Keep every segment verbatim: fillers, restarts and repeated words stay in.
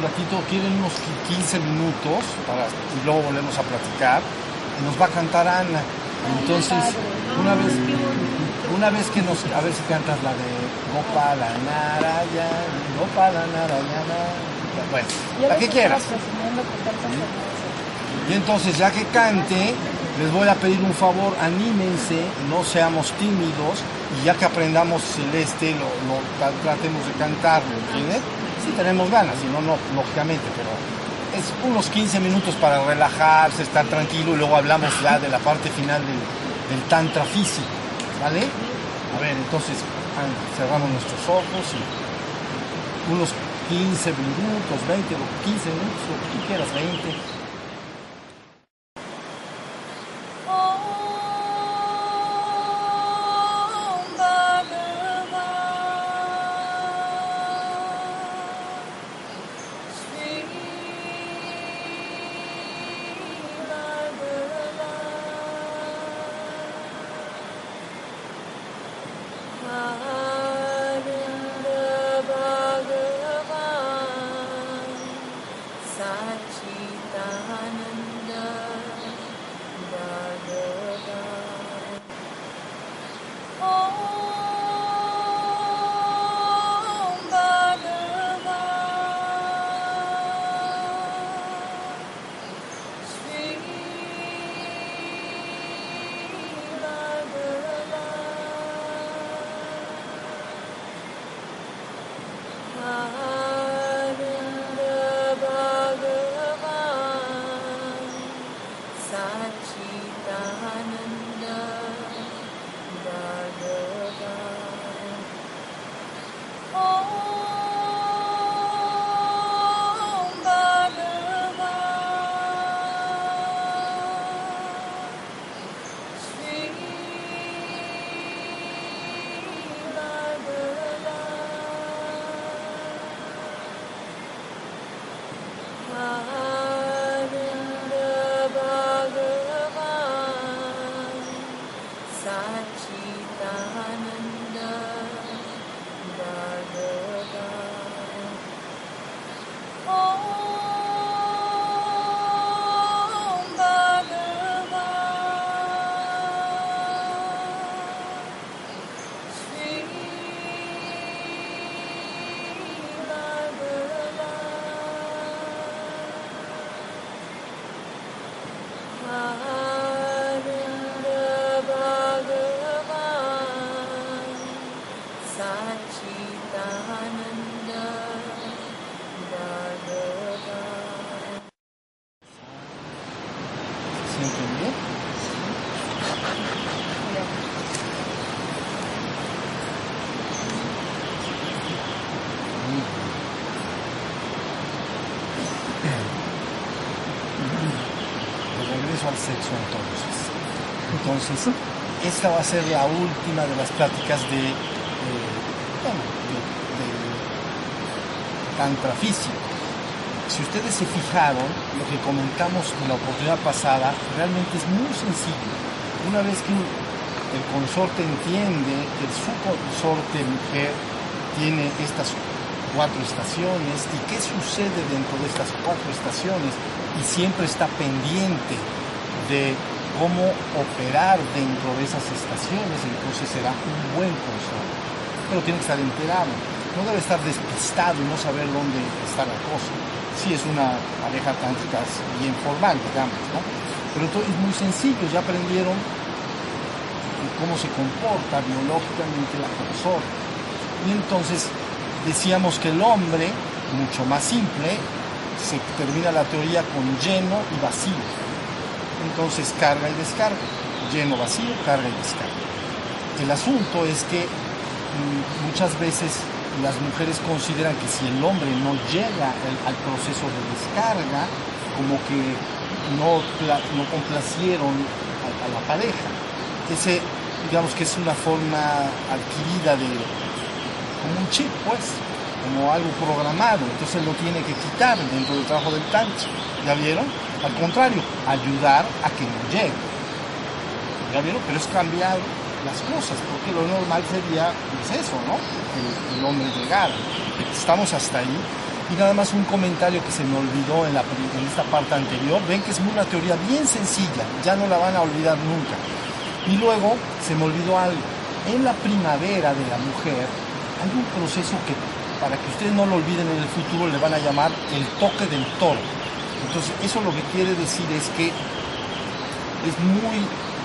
ratito, quieren unos quince minutos para, y luego volvemos a platicar. Y nos va a cantar Ana. Entonces, una vez, una vez que nos, a ver si cantas la de Gopala Narayana, Gopala Narayana, bueno, la que quieras. Y entonces, ya que cante, les voy a pedir un favor, anímense, no seamos tímidos, y ya que aprendamos Celeste, lo, lo tratemos de cantarlo, ¿entiendes? Si tenemos ganas, si no, no, lógicamente, pero es unos quince minutos para relajarse, estar tranquilo, y luego hablamos ya de la parte final del, del tantra físico, ¿vale? A ver, entonces, cerramos nuestros ojos y unos quince minutos, veinte, quince minutos, lo que tú quieras, veinte. Al sexo entonces. Entonces, esta va a ser la última de las pláticas de, de, bueno, de, de tantra físico. Si ustedes se fijaron, lo que comentamos en la oportunidad pasada realmente es muy sencillo. Una vez que el consorte entiende que su consorte mujer tiene estas cuatro estaciones y qué sucede dentro de estas cuatro estaciones, y siempre está pendiente de cómo operar dentro de esas estaciones, entonces será un buen consorte. Pero tiene que estar enterado, no debe estar despistado y no saber dónde está la cosa. Sí, es una pareja tántrica bien formal, digamos, ¿no? Pero todo es muy sencillo, ya aprendieron cómo se comporta biológicamente la consorte. Y entonces decíamos que el hombre, mucho más simple, se termina la teoría con lleno y vacío. Entonces carga y descarga, lleno, vacío, carga y descarga. El asunto es que mm, muchas veces las mujeres consideran que si el hombre no llega al, al proceso de descarga, como que no, no complacieron a, a la pareja. Ese, digamos que es una forma adquirida de, como un chip, pues, como algo programado, entonces lo tiene que quitar dentro del trabajo del tantra. ¿Ya vieron? Al contrario, ayudar a que no llegue. ¿Ya vieron? Pero es cambiar las cosas, porque lo normal sería, pues eso, ¿no? Que el, el hombre llegara. Estamos hasta ahí. Y nada más un comentario que se me olvidó en, la, en esta parte anterior. Ven que es una teoría bien sencilla, ya no la van a olvidar nunca. Y luego se me olvidó algo. En la primavera de la mujer hay un proceso que, para que ustedes no lo olviden en el futuro, le van a llamar el toque del toro. Entonces, eso lo que quiere decir es que es muy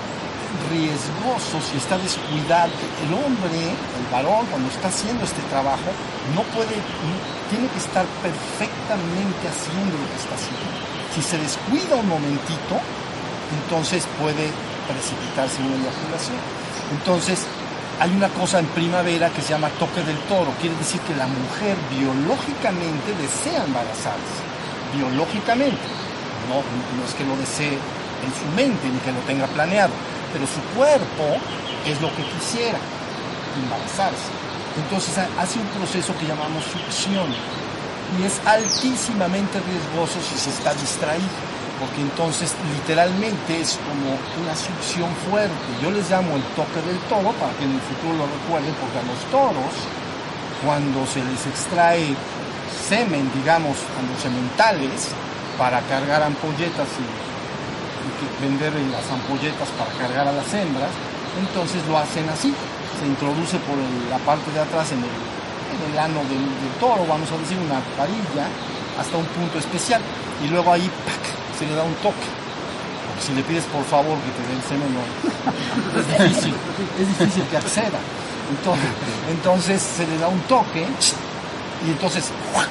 riesgoso si está descuidado. El hombre, el varón, cuando está haciendo este trabajo, no puede, tiene que estar perfectamente haciendo lo que está haciendo. Si se descuida un momentito, entonces puede precipitarse una eyaculación. Entonces, hay una cosa en primavera que se llama toque del toro. Quiere decir que la mujer biológicamente desea embarazarse. Biológicamente. No, no es que lo desee en su mente ni que lo tenga planeado, pero su cuerpo es lo que quisiera, embarazarse. Entonces hace un proceso que llamamos succión y es altísimamente riesgoso si se está distraído, porque entonces literalmente es como una succión fuerte. Yo les llamo el toque del toro para que en el futuro lo recuerden, porque a los toros, cuando se les extrae semen, digamos, a los sementales, para cargar ampolletas y, y que vender las ampolletas para cargar a las hembras, entonces lo hacen así, se introduce por el, la parte de atrás en el, en el ano del, del toro, vamos a decir, una varilla, hasta un punto especial, y luego ahí ¡pac!, se le da un toque. Porque si le pides por favor que te dé el semen, no, es difícil, es difícil que acceda. Entonces, entonces se le da un toque y entonces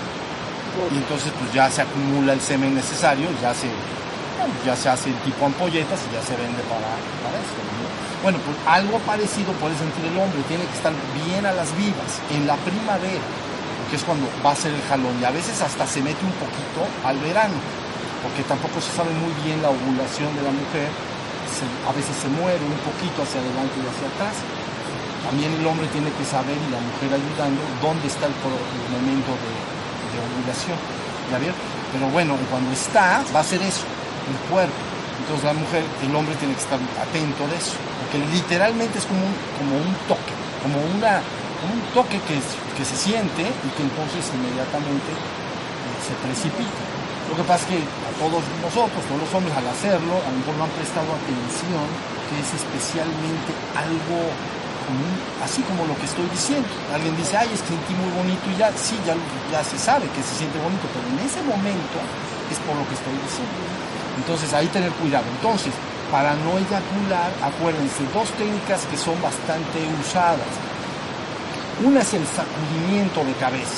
y entonces pues ya se acumula el semen necesario, ya se ya se hace el tipo ampolletas y ya se vende para, para eso, ¿no? Bueno, pues algo parecido puede sentir el hombre, tiene que estar bien a las vivas en la primavera, porque es cuando va a ser el jalón, y a veces hasta se mete un poquito al verano, porque tampoco se sabe muy bien la ovulación de la mujer, se, a veces se muere un poquito hacia adelante y hacia atrás. También el hombre tiene que saber, y la mujer ayudando, dónde está el, el momento de, de ovulación. ¿Ya vieron? Pero bueno, cuando está, va a ser eso, el cuerpo. Entonces la mujer, el hombre tiene que estar atento de eso, porque literalmente es como un, como un toque, como, una, como un toque que, que se siente y que entonces inmediatamente eh, se precipita. Lo que pasa es que a todos nosotros, todos los hombres, al hacerlo, a lo mejor no han prestado atención, que es especialmente algo común, así como lo que estoy diciendo. Alguien dice, ay, es que sentí muy bonito y ya, sí, ya, ya se sabe que se siente bonito, pero en ese momento es por lo que estoy diciendo. Entonces, ahí tener cuidado. Entonces, para no eyacular, acuérdense, dos técnicas que son bastante usadas. Una es el sacudimiento de cabeza.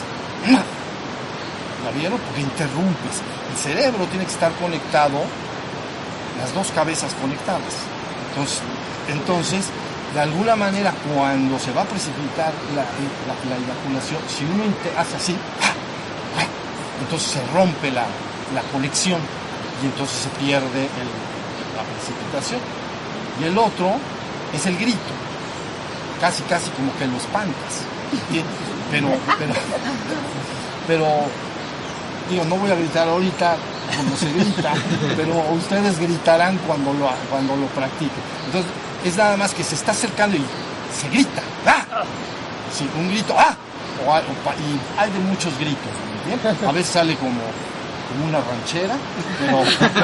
¿La vieron? Porque interrumpes. El cerebro tiene que estar conectado, las dos cabezas conectadas. Entonces, entonces de alguna manera, cuando se va a precipitar la, la, la eyaculación, si uno hace así, entonces se rompe la, la conexión y entonces se pierde el, la precipitación. Y el otro es el grito, casi casi como que lo espantas, ¿entiendes? Pero, pero, pero, digo, no voy a gritar ahorita como se grita, pero ustedes gritarán cuando lo, cuando lo practiquen. Entonces, es nada más que se está acercando y se grita, ¡ah! Sí, un grito, ¡ah! O, o, y hay de muchos gritos, ¿bien? A veces sale como, como una ranchera, pero...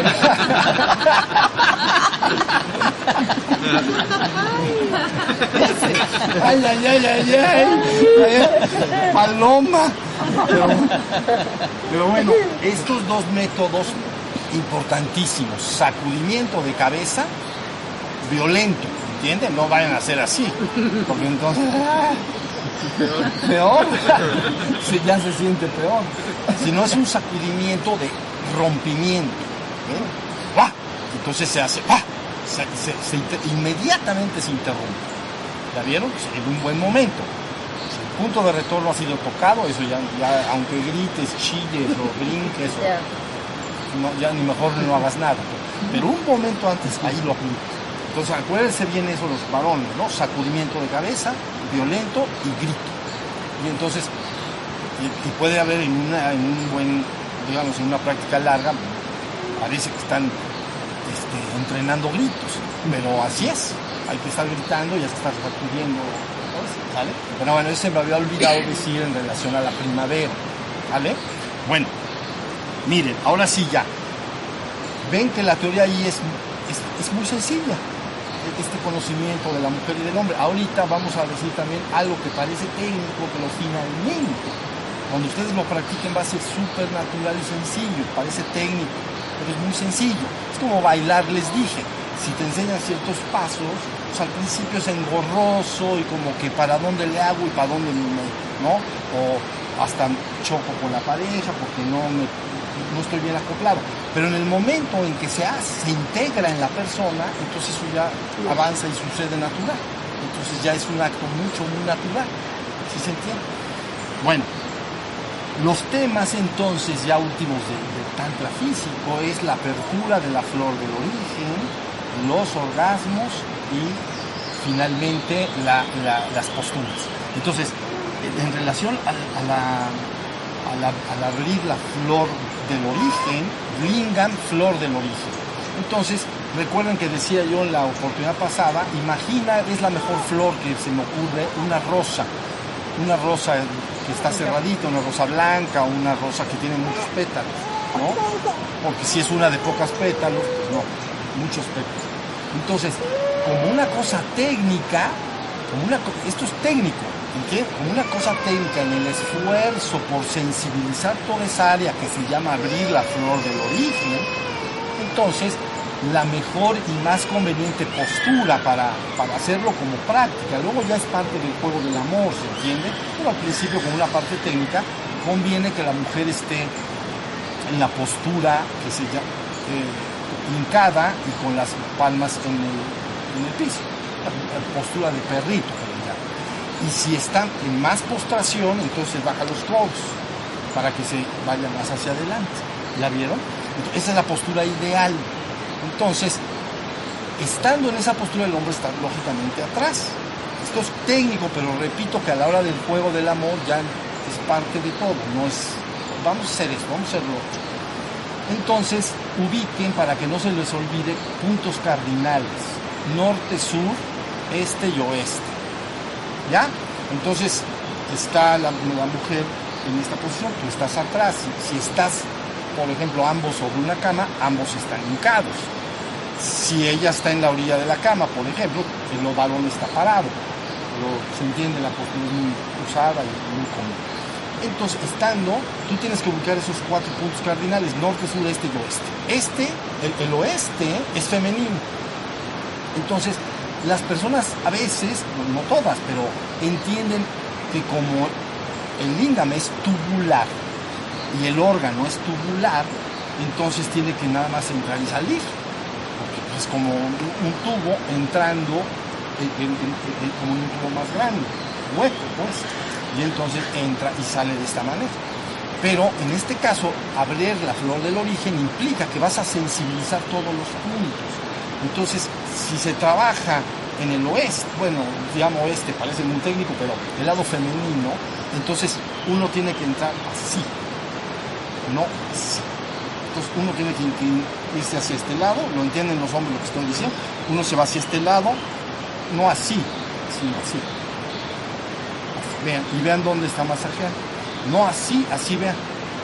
¡Ay, ay, ay, ay, ay! ¡Paloma! Pero, pero bueno, estos dos métodos importantísimos, sacudimiento de cabeza, violento, ¿entienden? No vayan a hacer así, porque entonces peor, peor. Sí, ya se siente peor. Si no, es un sacudimiento de rompimiento, ¿eh? ¡Ah! Entonces se hace ¡ah! se, se, se inter, inmediatamente se interrumpe. ¿Ya vieron? En un buen momento. Si el punto de retorno ha sido tocado, eso ya, ya aunque grites, chilles o brinques, yeah. o, no, ya ni mejor no hagas nada. Pero un momento antes, ahí lo aplicas. Entonces acuérdense bien eso los varones, ¿no? Sacudimiento de cabeza, violento y grito. Y entonces, y, y puede haber en, una, en un buen, digamos, en una práctica larga, parece que están este, entrenando gritos, pero así es. Hay que estar gritando y hay que estar sacudiendo, ¿vale? Pero bueno, eso se me había olvidado decir en relación a la primavera, ¿vale? Bueno, miren, ahora sí ya. Ven que la teoría ahí es, es, es muy sencilla, este conocimiento de la mujer y del hombre. Ahorita vamos a decir también algo que parece técnico, pero finalmente, cuando ustedes lo practiquen va a ser súper natural y sencillo, parece técnico, pero es muy sencillo. Es como bailar, les dije. Si te enseñan ciertos pasos, pues al principio es engorroso y como que para dónde le hago y para dónde me, ¿no? O hasta choco con la pareja porque no, me, no estoy bien acoplado. Pero en el momento en que se hace, se integra en la persona, entonces eso ya avanza y sucede natural. Entonces ya es un acto mucho, muy natural. ¿Sí se entiende? Bueno, los temas entonces ya últimos de, de Tantra físico es la apertura de la flor del origen, los orgasmos y finalmente la, la, las posturas. Entonces, en relación a, a, la, a, la, al abrir la flor del origen, Lingam, flor del origen. Entonces, recuerden que decía yo en la oportunidad pasada, imagina, es la mejor flor que se me ocurre, una rosa, una rosa que está cerradita, una rosa blanca, una rosa que tiene muchos pétalos, ¿no? Porque si es una de pocas pétalos, pues no, muchos pétalos. Entonces, como una cosa técnica, como una, esto es técnico, ¿en qué? Como una cosa técnica en el esfuerzo por sensibilizar toda esa área que se llama abrir la flor del origen, entonces la mejor y más conveniente postura para, para hacerlo como práctica, luego ya es parte del juego del amor, ¿se entiende? Pero al principio, como una parte técnica, conviene que la mujer esté en la postura que se llama eh, hincada y con las palmas en el, en el piso, la, la postura de perrito, que le llaman. Y si está en más postración, entonces baja los codos para que se vaya más hacia adelante. ¿Ya vieron? Entonces, esa es la postura ideal. Entonces, estando en esa postura, el hombre está lógicamente atrás. Esto es técnico, pero repito que a la hora del juego del amor ya es parte de todo. No es, vamos a hacer esto, vamos a hacerlo. Entonces, ubiquen, para que no se les olvide, puntos cardinales: norte, sur, este y oeste. ¿Ya? Entonces, está la, la mujer en esta posición, tú estás atrás. Si, si estás, por ejemplo, ambos sobre una cama, ambos están hincados. Si ella está en la orilla de la cama, por ejemplo, el varón está parado. Pero se entiende, la postura es muy usada y muy común. Entonces, estando, tú tienes que ubicar esos cuatro puntos cardinales: norte, sur, este y oeste. Este, el, el oeste, es femenino. Entonces, las personas a veces, no todas, pero entienden que como el lingam es tubular y el órgano es tubular, entonces tiene que nada más entrar y salir. Porque es como un, un tubo entrando en, en, en, en, como un tubo más grande, hueco, pues. Y entonces entra y sale de esta manera. Pero en este caso, abrir la flor del origen implica que vas a sensibilizar todos los puntos. Entonces, si se trabaja en el oeste, bueno, llamo oeste, parece muy técnico, pero el lado femenino, entonces uno tiene que entrar así, no así. Entonces uno tiene que irse hacia este lado, lo entienden los hombres lo que estoy diciendo, uno se va hacia este lado, no así, sino así. Vean, y vean dónde está masajeando. No así, así vean.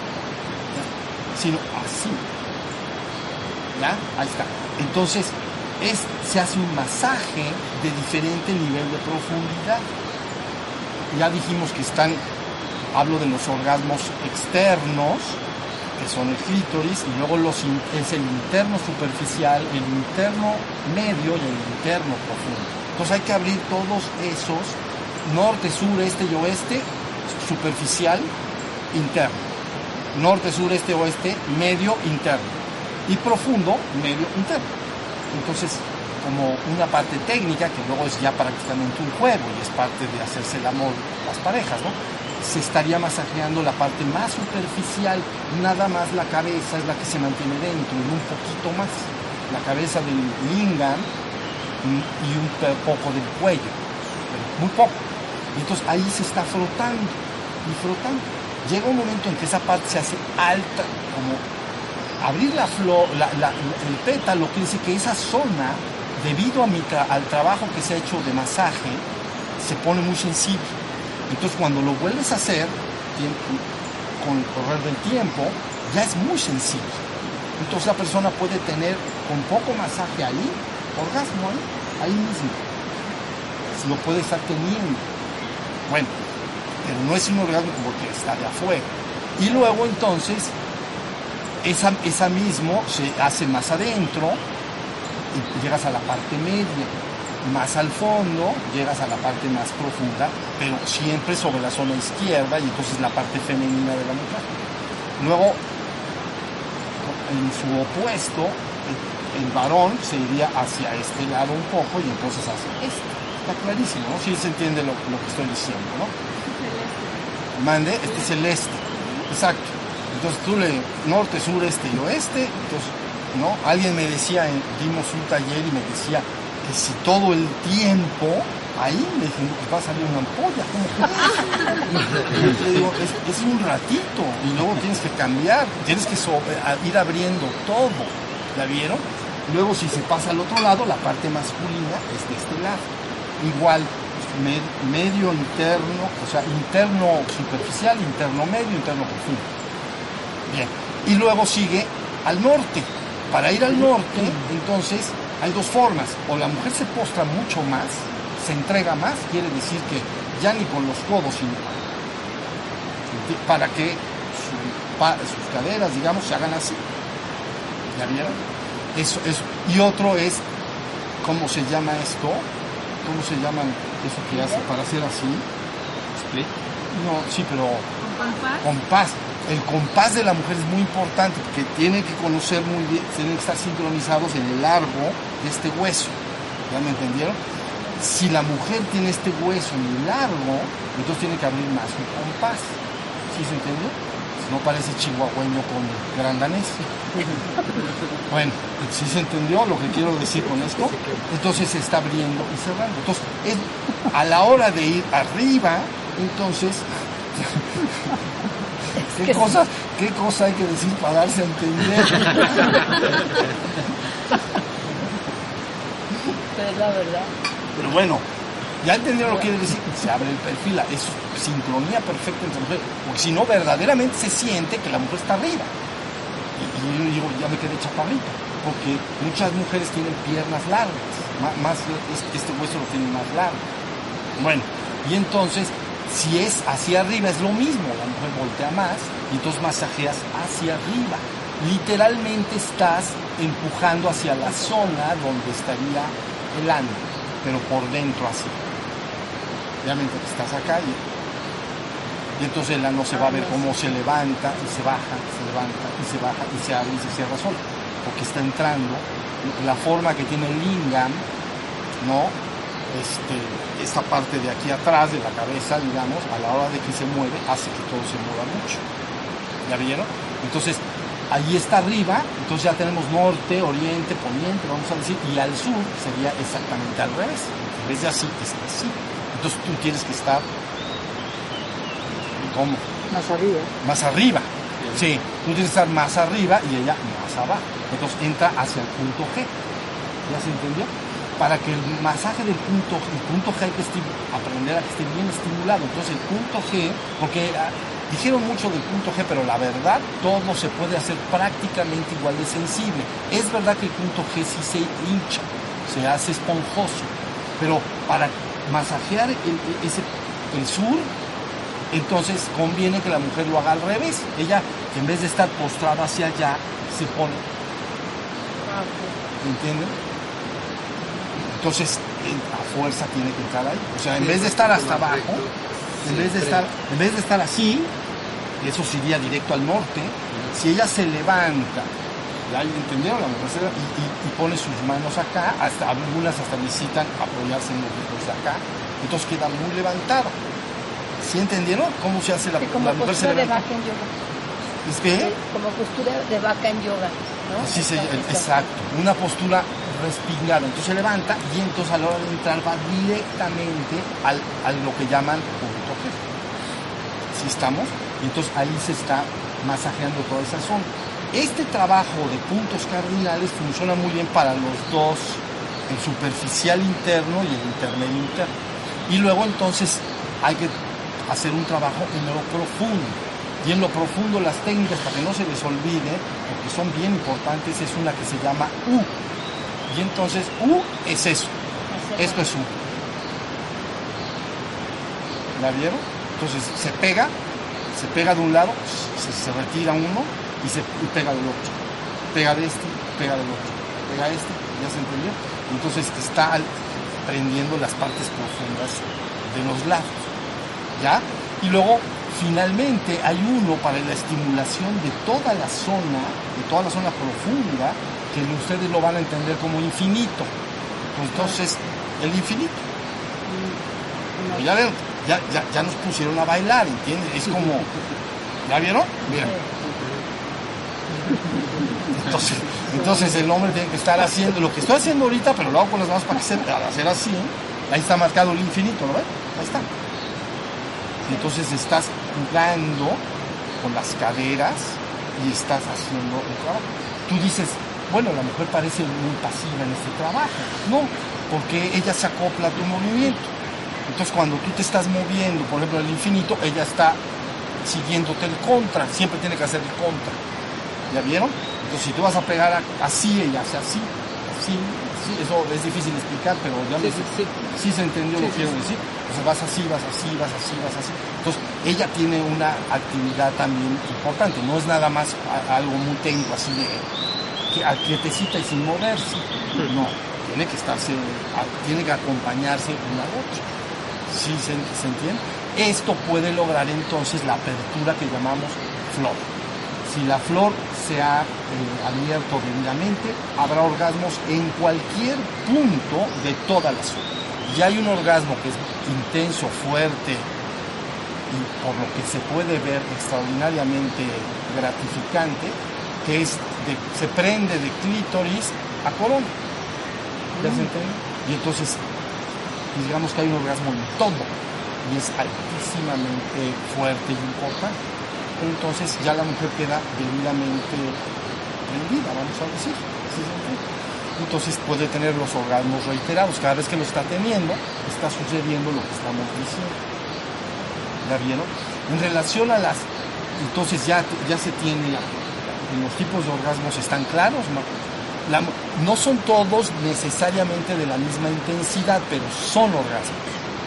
Sino así. ¿Ya? Ahí está. Entonces, es, se hace un masaje de diferente nivel de profundidad. Ya dijimos que están, hablo de los orgasmos externos, que son el clítoris, y luego los, es el interno superficial, el interno medio y el interno profundo. Entonces hay que abrir todos esos: norte, sur, este y oeste, superficial, interno. Norte, sur, este, oeste, medio, interno. Y profundo, medio, interno. Entonces, como una parte técnica, que luego es ya prácticamente un juego y es parte de hacerse el amor las parejas, ¿no? Se estaría masajeando la parte más superficial, nada más la cabeza es la que se mantiene dentro, y un poquito más. La cabeza del lingam y un poco del cuello, muy poco. Entonces ahí se está frotando y frotando. Llega un momento en que esa parte se hace alta, como abrir la flor, la, la, el pétalo, quiere decir que esa zona, debido a mi tra al trabajo que se ha hecho de masaje, se pone muy sensible. Entonces cuando lo vuelves a hacer, con el correr del tiempo, ya es muy sencillo. Entonces la persona puede tener con poco masaje ahí, orgasmo ahí, ahí mismo. Lo puede estar teniendo. Bueno, pero no es un orgasmo como que está de afuera. Y luego entonces, esa, esa mismo se hace más adentro y llegas a la parte media. Más al fondo, llegas a la parte más profunda, pero siempre sobre la zona izquierda y entonces la parte femenina de la mujer. Luego, en su opuesto, el, el varón se iría hacia este lado un poco y entonces hacia este. Está clarísimo, ¿no? Sí se entiende lo, lo que estoy diciendo, ¿no? Mande, este es el este. Exacto. Entonces tú le norte, sur, este y oeste. Entonces, ¿no? Alguien me decía, dimos un taller y me decía que si todo el tiempo ahí, me dije, pues va a salir una ampolla, ¿cómo que? Le digo, es, es un ratito y luego tienes que cambiar, tienes que sobre, a, ir abriendo todo, ¿la vieron? Luego si se pasa al otro lado, la parte masculina es de este lado, igual, med, medio interno, o sea, interno superficial, interno medio, interno profundo. Bien, y luego sigue al norte. Para ir al norte, entonces, hay dos formas, o la mujer se postra mucho más, se entrega más, quiere decir que ya ni con los codos, sino para que su, pa, sus caderas, digamos, se hagan así. ¿Ya vieron? Eso, eso. Y otro es, ¿cómo se llama esto? ¿Cómo se llama eso que hace para hacer así? ¿Split? No, sí, pero... ¿Compás? Compás. El compás de la mujer es muy importante porque tiene que conocer muy bien, tienen que estar sincronizados en el largo de este hueso. ¿Ya me entendieron? Si la mujer tiene este hueso muy largo, entonces tiene que abrir más un compás. ¿Sí se entendió? No parece chihuahueño con gran danés. Bueno, ¿sí se entendió lo que quiero decir con esto? Entonces se está abriendo y cerrando. Entonces, es, a la hora de ir arriba, entonces... ¿Qué cosa, ¿Qué cosa hay que decir para darse a entender? Pero es la verdad. Pero bueno, ya entendieron lo que quiere decir. Se abre el perfil, es sincronía perfecta entre mujeres. Porque si no, verdaderamente se siente que la mujer está arriba. Y, y yo digo, ya me quedé chaparrito. Porque muchas mujeres tienen piernas largas. Más, más este hueso lo tiene más largo. Bueno, y entonces... Si es hacia arriba es lo mismo, la mujer voltea más y entonces masajeas hacia arriba. Literalmente estás empujando hacia la zona donde estaría el ano, pero por dentro así. Obviamente estás acá y, y entonces el ano se va a ver cómo se levanta y se baja, se levanta y se baja y se abre y se cierra solo, porque está entrando. La forma que tiene el lingam, ¿no? Este, esta parte de aquí atrás de la cabeza, digamos, a la hora de que se mueve, hace que todo se mueva mucho. ¿Ya vieron? Entonces, ahí está arriba, entonces ya tenemos norte, oriente, poniente, vamos a decir, y al sur sería exactamente al revés. En vez de así, es así. Entonces tú tienes que estar, ¿cómo? Más arriba. Más arriba. Sí, tú tienes que estar más arriba y ella más abajo. Entonces entra hacia el punto G. ¿Ya se entendió? Para que el masaje del punto, el punto G hay que aprender a que esté bien estimulado. Entonces el punto G, porque ah, dijeron mucho del punto G, pero la verdad todo se puede hacer prácticamente igual de sensible. Es verdad que el punto G sí se hincha, se hace esponjoso, pero para masajear el, ese, el sur, entonces conviene que la mujer lo haga al revés. Ella, en vez de estar postrada hacia allá, se pone. ¿Entienden? Entonces, a fuerza tiene que entrar ahí. O sea, en vez de estar hasta abajo, en vez de estar, en vez de estar así, eso sería directo al norte, si ella se levanta, ¿ya entendieron? La mujer se levanta y, y, y pone sus manos acá, hasta algunas hasta necesitan apoyarse en los dedos de acá, entonces queda muy levantado. ¿Sí entendieron cómo se hace la, sí, como la mujer se levanta? De vaca en yoga. ¿Es qué? Sí, como postura de vaca en yoga, ¿no? Sí, sí, exacto, una postura respingada, entonces se levanta y entonces a la hora de entrar va directamente al, a lo que llaman punto G. ¿Sí estamos? Entonces ahí se está masajeando toda esa zona. Este trabajo de puntos cardinales funciona muy bien para los dos, el superficial interno y el intermedio interno. Y luego entonces hay que hacer un trabajo en lo profundo. Y en lo profundo las técnicas, para que no se les olvide, porque son bien importantes, es una que se llama U. Y entonces U es eso, esto es U. ¿La vieron? Entonces se pega, se pega de un lado, se, se retira uno y se y pega del otro. Pega de este, pega del otro. Pega este, ¿ya se entendió? Entonces está prendiendo las partes profundas de los lados. ¿Ya? Y luego, finalmente, hay uno para la estimulación de toda la zona, de toda la zona profunda, que ustedes lo van a entender como infinito. Entonces, el infinito. Pues ya ven, ya, ya, ya nos pusieron a bailar, ¿entiendes? Es como, ¿ya vieron? Miren. Entonces, entonces el hombre tiene que estar haciendo lo que estoy haciendo ahorita, pero lo hago con las manos para que se, al hacer así, ahí está marcado el infinito, ¿lo ven? Ahí está. Entonces estás jugando con las caderas y estás haciendo el trabajo. Tú dices, bueno, la mujer parece muy pasiva en este trabajo. No, porque ella se acopla a tu movimiento. Entonces cuando tú te estás moviendo, por ejemplo, el infinito, ella está siguiéndote el contra, siempre tiene que hacer el contra. ¿Ya vieron? Entonces si tú vas a pegar a, así, ella hace así, así, así, eso es difícil de explicar, pero ya Sí, me, sí, sí. sí se entendió Sí, lo que sí, quiero sí. decir. Entonces vas así, vas así, vas así, vas así. Entonces ella tiene una actividad también importante, no es nada más a- algo muy técnico así de que a quietecita y sin moverse. No, tiene que estarse, a- tiene que acompañarse una a otra. ¿Sí se, se entiende? Esto puede lograr entonces la apertura que llamamos flor. Si la flor se ha eh, abierto debidamente, habrá orgasmos en cualquier punto de toda la zona. Ya hay un orgasmo que es intenso, fuerte y por lo que se puede ver extraordinariamente gratificante, que es de, se prende de clítoris a corona. ¿Ya se entiende? Y entonces, digamos que hay un orgasmo en todo y es altísimamente fuerte y importante. Entonces ya la mujer queda debidamente prendida, vamos a decir. ¿Sí se entiende? Entonces puede tener los orgasmos reiterados. Cada vez que lo está teniendo, está sucediendo lo que estamos diciendo. ¿Ya vieron? En relación a las... Entonces ya, ya se tiene... Los tipos de orgasmos están claros, ¿no? La, no son todos necesariamente de la misma intensidad, pero son orgasmos.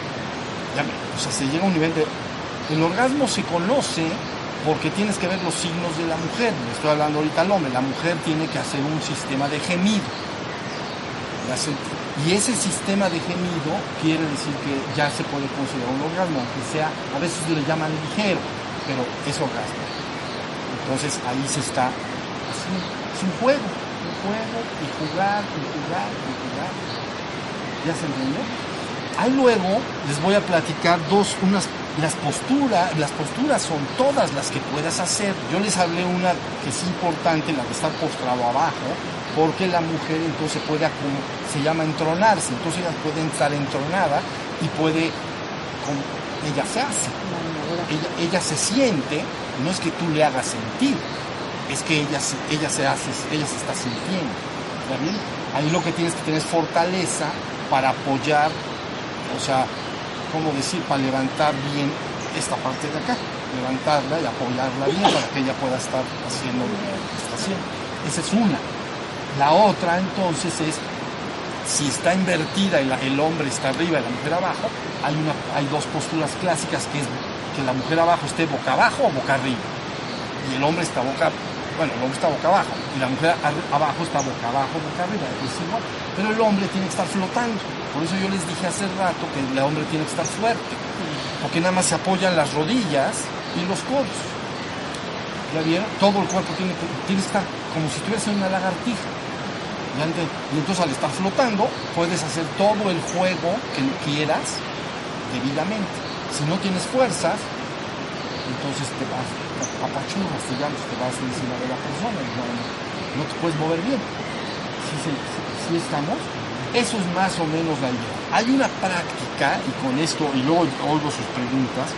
Ya, o sea, se llega a un nivel de... El orgasmo se conoce porque tienes que ver los signos de la mujer. Le estoy hablando ahorita al hombre. La mujer tiene que hacer un sistema de gemido. Y ese sistema de gemido quiere decir que ya se puede considerar un orgasmo, aunque sea, a veces le llaman ligero, pero es orgasmo. Entonces ahí se está haciendo. Es un juego, un juego, y jugar, y jugar, y jugar. ¿Ya se entendió? Ahí luego les voy a platicar dos, unas, las posturas, las posturas son todas las que puedas hacer. Yo les hablé una que es importante, la de estar postrado abajo, porque la mujer entonces puede, se llama entronarse, entonces ella puede estar entronada y puede, como, ella se hace, ella, ella se siente, no es que tú le hagas sentir, es que ella, ella se hace, ella se está sintiendo. ¿Está bien? Ahí lo que tienes que tener es fortaleza para apoyar, o sea, ¿cómo decir? Para levantar bien esta parte de acá, levantarla y apoyarla bien para que ella pueda estar haciendo lo que está haciendo. Esa es una. La otra, entonces, es si está invertida y la, el hombre está arriba y la mujer abajo, hay, una, hay dos posturas clásicas, que es que la mujer abajo esté boca abajo o boca arriba. Y el hombre está boca, bueno, el hombre está boca abajo y la mujer abajo está boca abajo, boca arriba, es igual. Pero el hombre tiene que estar flotando. Por eso yo les dije hace rato que el hombre tiene que estar fuerte, porque nada más se apoyan las rodillas y los codos. ¿Ya vieron? Todo el cuerpo tiene que, tiene que estar como si estuvieras en una lagartija. ¿Ya entienden? Y entonces al estar flotando puedes hacer todo el juego que quieras debidamente. Si no tienes fuerzas, entonces te vas, te apachurras, digamos, te vas encima de la persona y no, no te puedes mover bien. ¿Sí, sí, sí estamos? Eso es más o menos la idea. Hay una práctica, y con esto, y luego oigo sus preguntas,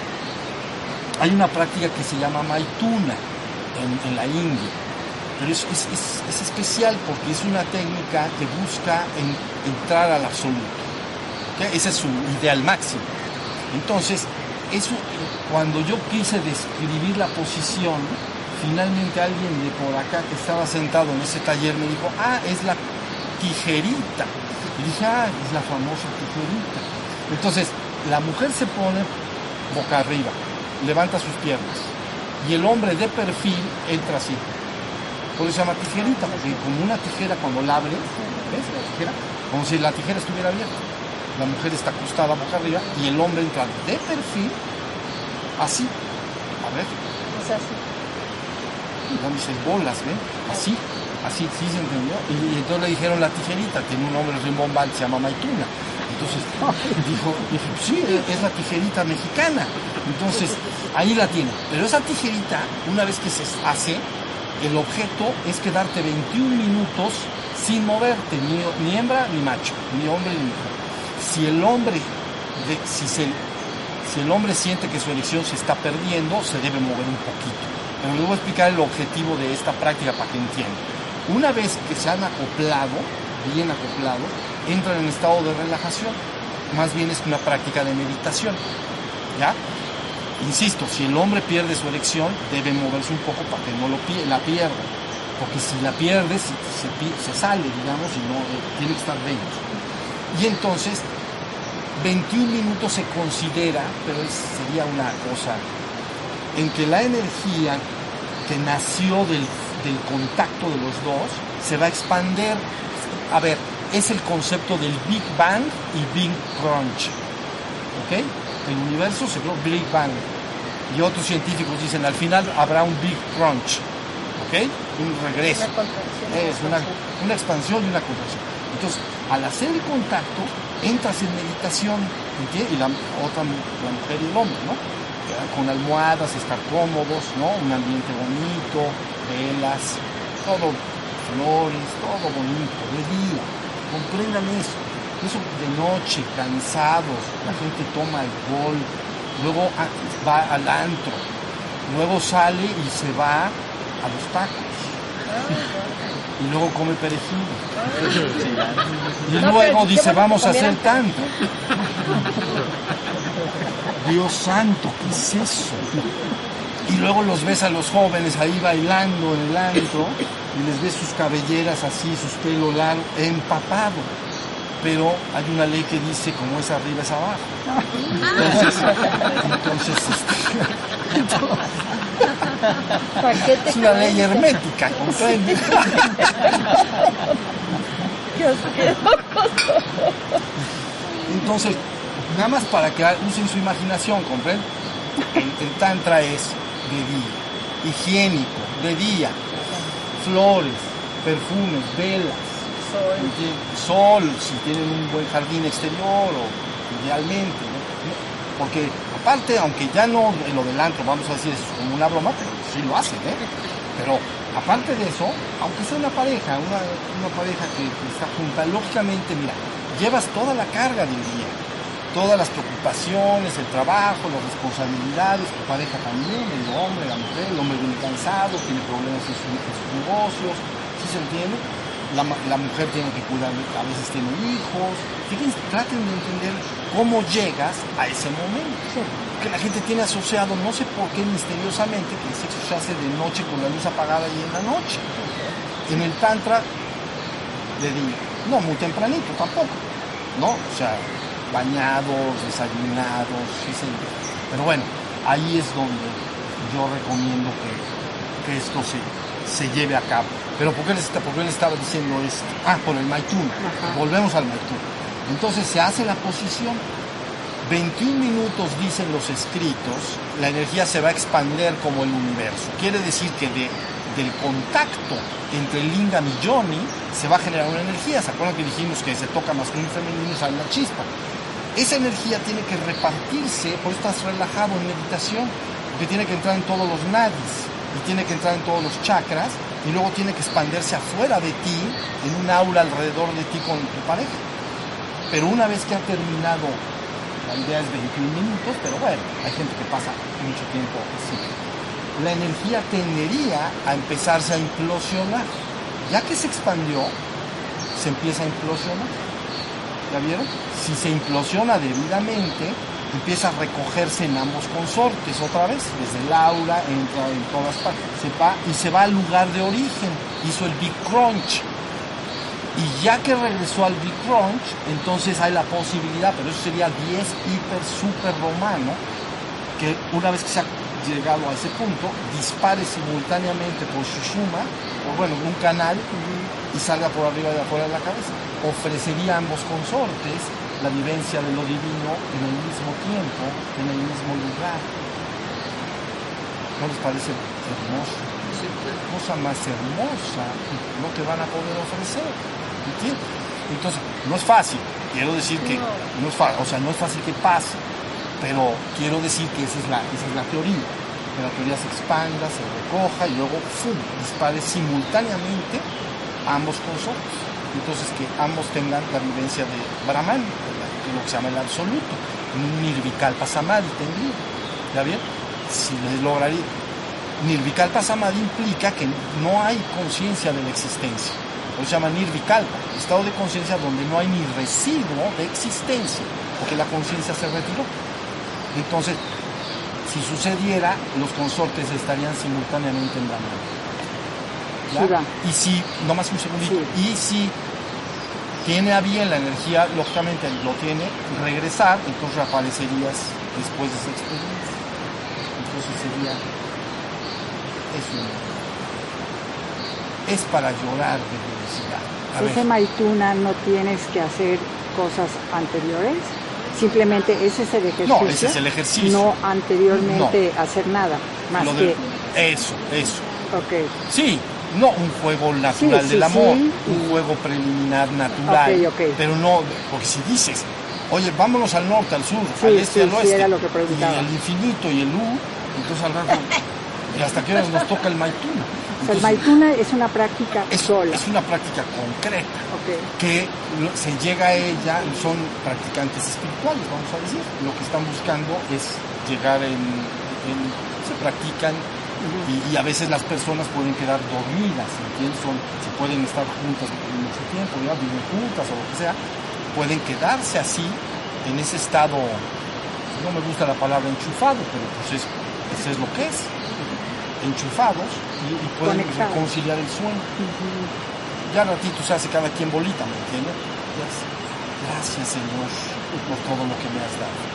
hay una práctica que se llama Maituna en, en la India. Pero es, es, es, es especial porque es una técnica que busca en, entrar al absoluto. ¿Okay? Ese es su ideal máximo. Entonces, eso, cuando yo quise describir la posición, finalmente alguien de por acá que estaba sentado en ese taller me dijo, ah, es la tijerita. Y dije, ah, es la famosa tijerita. Entonces, la mujer se pone boca arriba, levanta sus piernas, y el hombre de perfil entra así. Por eso se llama tijerita, porque como una tijera cuando la abres, ¿ves la tijera? Como si la tijera estuviera abierta. La mujer está acostada boca arriba y el hombre entra de perfil, así. A ver. Es así. No dice bolas, ¿ven? Así, así, sí se entendió. Y, y entonces le dijeron la tijerita, tiene un nombre rimbombante, se llama Maituna. Entonces dijo, dijo, sí, es la tijerita mexicana. Entonces, ahí la tiene. Pero esa tijerita, una vez que se hace, el objeto es quedarte veintiún minutos sin moverte, ni, ni hembra ni macho, ni hombre ni mujer. Si el hombre, de, si, se, si el hombre siente que su erección se está perdiendo, se debe mover un poquito. Pero les voy a explicar el objetivo de esta práctica para que entiendan. Una vez que se han acoplado, bien acoplado, entran en estado de relajación. Más bien es una práctica de meditación. ¿Ya? Insisto, si el hombre pierde su erección, debe moverse un poco para que no lo pie- la pierda. Porque si la pierde, se, se, se sale, digamos, y no eh, tiene que estar dentro. Y entonces, veintiún minutos se considera, pero es, sería una cosa en que la energía que nació del, del contacto de los dos se va a expandir. A ver, es el concepto del Big Bang y Big Crunch. ¿Ok? El universo se creó Big Bang. Y otros científicos dicen, al final habrá un Big Crunch. ¿Ok? Un regreso. Una contracción. Es una, una expansión y una contracción. Entonces, al hacer el contacto, entras en meditación, ¿entiendes? Y la otra, la mujer y el hombre, ¿no? Con almohadas, estar cómodos, ¿no? Un ambiente bonito, velas, todo, flores, todo bonito, de día. Comprendan eso. Eso de noche, cansados, la gente toma alcohol, luego va al antro, luego sale y se va a los tacos. Y luego come perejil. Y No, luego pero dice, qué bueno vamos que a hacer comieran tanto. Dios santo, ¿qué es eso? Y luego los ves a los jóvenes ahí bailando en el antro y les ves sus cabelleras así, sus pelos largos, empapado. Pero hay una ley que dice, como es arriba es abajo. Entonces, entonces, este, entonces ¿Para qué te es una ley cuento? hermética, ¿comprende? Dios mío. Entonces, nada más para que usen su imaginación, ¿comprende? El, el tantra es de día, higiénico, de día, flores, perfumes, velas, Sol. sol, si tienen un buen jardín exterior o idealmente, ¿no? Porque aparte, aunque ya no en lo del antro, vamos a decir, es como una broma, pero sí lo hacen, ¿eh? Pero aparte de eso, aunque sea una pareja, una, una pareja que, que está junta, lógicamente, mira, llevas toda la carga del día, todas las preocupaciones, el trabajo, las responsabilidades, tu pareja también, el hombre, la mujer, el hombre viene cansado, tiene problemas en, su, en sus negocios, ¿sí se entiende? La, la mujer tiene que cuidar, a veces tiene hijos. Fíjense, traten de entender cómo llegas a ese momento. Que la gente tiene asociado, no sé por qué misteriosamente, que el sexo se hace de noche con la luz apagada y en la noche. En el tantra, de día. No muy tempranito tampoco, ¿no? O sea, bañados, desayunados, sí se entiende. Pero bueno, ahí es donde yo recomiendo que, que esto se, se lleve a cabo. Pero ¿por qué les, por qué les estaba diciendo esto? Ah, por el Maituna. Volvemos al Maituna. Entonces se hace la posición. veintiún minutos dicen los escritos, la energía se va a expander como el universo. Quiere decir que de, del contacto entre el lingam y yoni se va a generar una energía. ¿Se acuerdan que dijimos que se toca masculino y femenino y sale una chispa? Esa energía tiene que repartirse, por eso estás relajado en meditación, porque tiene que entrar en todos los nadis y tiene que entrar en todos los chakras y luego tiene que expandirse afuera de ti, en un aura alrededor de ti con tu pareja. Pero una vez que ha terminado, la idea es veintiún minutos, pero bueno, hay gente que pasa mucho tiempo así. La energía tendería a empezarse a implosionar. Ya que se expandió, se empieza a implosionar. ¿Ya vieron? Si se implosiona debidamente, empieza a recogerse en ambos consortes otra vez, desde el aura, entra en todas partes, se va y se va al lugar de origen, hizo el Big Crunch. Y ya que regresó al Big Crunch, entonces hay la posibilidad, pero eso sería diez hiper super romano, que una vez que se ha llegado a ese punto, dispare simultáneamente por Shushuma, o bueno, un canal, y salga por arriba y afuera de la cabeza. Ofrecería a ambos consortes la vivencia de lo divino en el mismo tiempo, en el mismo lugar. ¿No les parece hermoso? Cosa más hermosa no te van a poder ofrecer, ¿entiendes? Entonces, no es fácil, quiero decir que No. no es fácil, o sea, no es fácil que pase, pero quiero decir que esa es la, esa es la teoría, que la teoría se expanda, se recoja y luego ¡fum!, dispare simultáneamente a ambos consortes. Entonces, que ambos tengan la vivencia de Brahman, que es lo que se llama el absoluto, Nirvikalpa Samadhi tendría, ¿ya bien? Si les lograría. Nirvikalpa Samadhi implica que no hay conciencia de la existencia. Eso se llama Nirvikalpa, estado de conciencia donde no hay ni residuo de existencia, porque la conciencia se retiró. Entonces, si sucediera, los consortes estarían simultáneamente en Brahman. ¿Ya? Sí, va. Y si, nomás un segundito, Sí. y si tiene a bien la energía, lógicamente lo tiene, regresar, entonces reaparecerías después de esa experiencia. Entonces sería, es un, es para llorar de felicidad. A Si ver, ese Maituna no tienes que hacer cosas anteriores, simplemente ese es el ejercicio. No, ese es el ejercicio. No anteriormente hacer nada, más lo que... de- eso, eso. Ok, Sí, no un juego natural Sí, sí, del amor, sí. un juego preliminar natural, Ok, ok. pero no, porque si dices, oye, vámonos al norte, al sur, Sí, al este, sí, al sí, oeste, era lo que y preguntaba. el infinito y el U, entonces al rato, y hasta que hora nos toca el Maituna. o sea, el Entonces, Maituna es una práctica es, sola. es una práctica concreta, Ok, que lo- se llega a ella, son practicantes espirituales, vamos a decir, lo que están buscando es llegar en, en- se practican y, y a veces las personas pueden quedar dormidas, ¿entiendes? Son, se pueden estar juntas mucho tiempo, ya viven juntas o lo que sea, pueden quedarse así, en ese estado, no me gusta la palabra enchufado, pero pues es, eso es lo que es, enchufados y, y pueden Conectados. conciliar el sueño. Ya ratito se hace cada quien bolita, ¿me entiendes? Ya es, gracias Señor por todo lo que me has dado.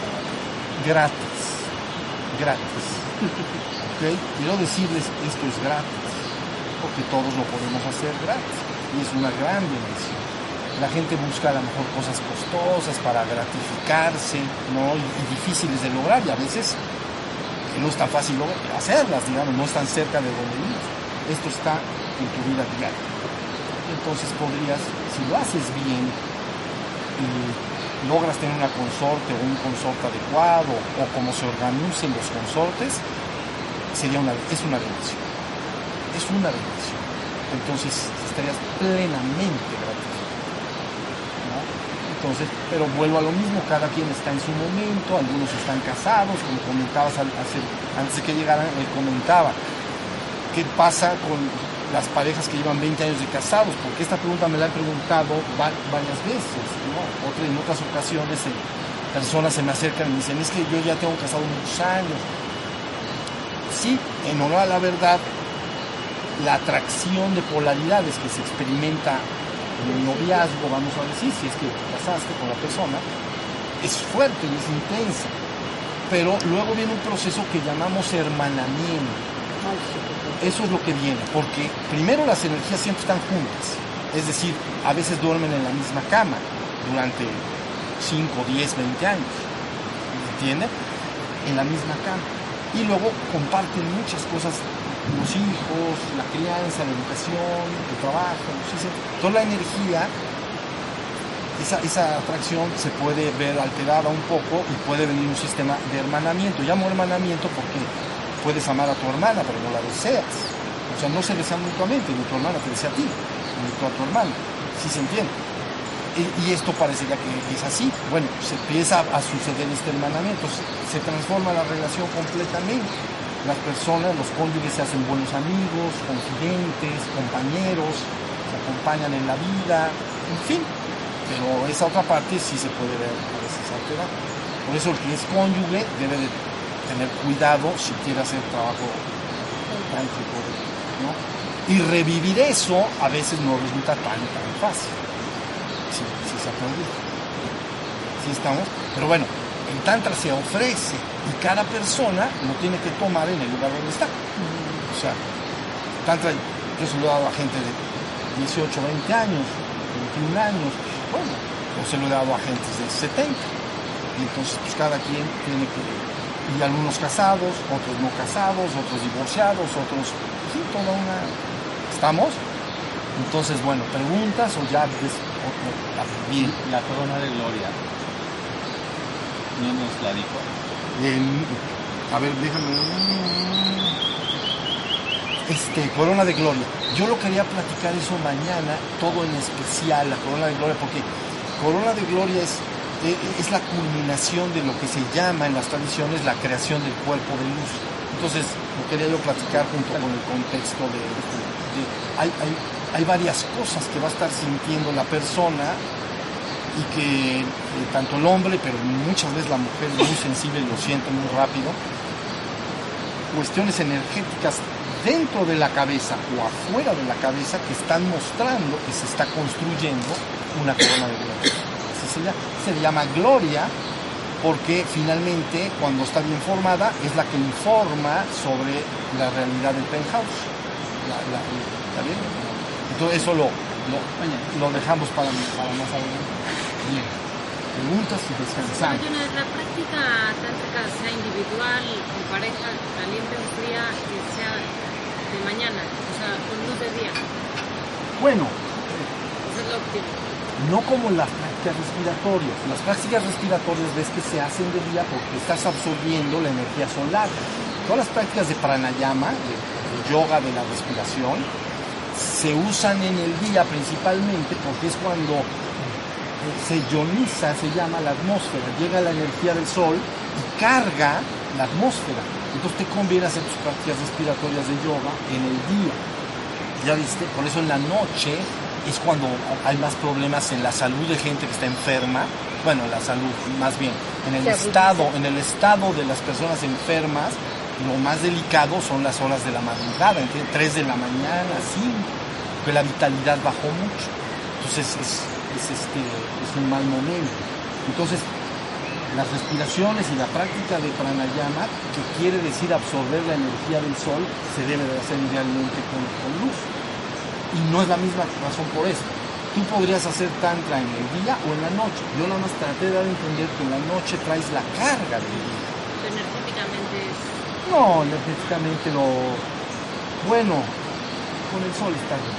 Gratis, gratis. ¿Ok? Quiero decirles, esto es gratis, porque todos lo podemos hacer gratis y es una gran bendición. La gente busca a lo mejor cosas costosas para gratificarse, ¿no? Y, y difíciles de lograr, y a veces que no es tan fácil lograr- hacerlas, digamos, no están cerca de donde vives. Esto está en tu vida diaria. Entonces podrías, si lo haces bien y logras tener una consorte o un consorte adecuado, o como se organicen los consortes, sería una, es una bendición. Es una bendición. Entonces estarías plenamente gratificado, ¿no? Entonces, pero vuelvo a lo mismo, cada quien está en su momento, algunos están casados, como comentabas al- hace- antes de que llegaran, él comentaba, ¿qué pasa con las parejas que llevan veinte años de casados? Porque esta pregunta me la he preguntado va- varias veces, ¿no? Otra, en otras ocasiones eh, personas se me acercan y me dicen, es que yo ya tengo casado muchos años. Sí, en honor a la verdad, la atracción de polaridades que se experimenta en el noviazgo, vamos a decir, si es que te casaste con la persona, es fuerte y es intensa. Pero luego viene un proceso que llamamos hermanamiento. Ay, sí, qué cosa. Eso es lo que viene, porque primero las energías siempre están juntas, es decir, a veces duermen en la misma cama durante cinco, diez, veinte años, ¿entienden? En la misma cama. Y luego comparten muchas cosas, los hijos, la crianza, la educación, el trabajo, sí, sí. Toda la energía, esa, esa atracción se puede ver alterada un poco y puede venir un sistema de hermanamiento. Llamo hermanamiento porque puedes amar a tu hermana, pero no la deseas. O sea, no se desean mutuamente, ni tu hermana te desea a ti, ni tú a tu hermano. ¿Sí se entiende? Y, y esto parecería que es así. Bueno, se empieza a suceder este hermanamiento, se, se transforma la relación completamente. Las personas, los cónyuges se hacen buenos amigos, confidentes, compañeros, se acompañan en la vida, en fin. Pero esa otra parte sí se puede ver a veces alterada. Por eso el que es cónyuge debe de tener cuidado si quiere hacer trabajo tántrico, ¿no? Y revivir eso a veces no resulta tan, tan fácil. Sí, sí se ha perdido. Sí estamos. Pero bueno, el Tantra se ofrece y cada persona lo tiene que tomar en el lugar donde está. O sea, Tantra, yo se lo he dado a gente de dieciocho, veinte años, veintiún años, bueno, o se lo he dado a gente de setenta. Y entonces, pues cada quien tiene que, y algunos casados, otros no casados, otros divorciados, otros, sí, toda una, ¿estamos? Entonces, bueno, preguntas o ya, des, o, o, bien. La corona de gloria, no nos la dijo. Bien, a ver, déjame, este, corona de gloria, yo lo quería platicar eso mañana, todo en especial, la corona de gloria, porque corona de gloria es es la culminación de lo que se llama en las tradiciones la creación del cuerpo de luz. Entonces, lo quería yo platicar junto con el contexto de... de hay, hay, hay varias cosas que va a estar sintiendo la persona y que eh, tanto el hombre, pero muchas veces la mujer es muy sensible y lo siente muy rápido. Cuestiones energéticas dentro de la cabeza o afuera de la cabeza que están mostrando que se está construyendo una corona de gloria. Se le llama gloria porque finalmente cuando está bien formada es la que informa sobre la realidad del penthouse. La, la, ¿Está bien? Entonces eso lo, lo, lo dejamos para, para más adelante. Bien. Preguntas y descansando. La práctica tántrica sea individual, con pareja, caliente o fría, que sea de mañana, o sea, con luz de día. Bueno. Eso es lo óptimo. No como las prácticas respiratorias. Las prácticas respiratorias ves que se hacen de día porque estás absorbiendo la energía solar. Todas las prácticas de pranayama, de, de yoga, de la respiración, se usan en el día principalmente porque es cuando se ioniza, se llama la atmósfera, llega la energía del sol y carga la atmósfera. Entonces te conviene hacer tus prácticas respiratorias de yoga en el día. ¿Ya viste? Por eso en la noche es cuando hay más problemas en la salud de gente que está enferma, bueno, la salud más bien, en el estado, en el estado de las personas enfermas, lo más delicado son las horas de la madrugada, ¿entiendes? tres de la mañana, cinco, que la vitalidad bajó mucho, entonces es, es, este, es un mal momento. Entonces, las respiraciones y la práctica de pranayama, que quiere decir absorber la energía del sol, se debe de hacer idealmente con, con luz. Y no es la misma razón por eso. Tú podrías hacer tantra en el día o en la noche. Yo nada más traté de dar a entender que en la noche traes la carga del día. Energéticamente es... No, energéticamente lo... Bueno, con el sol está bien.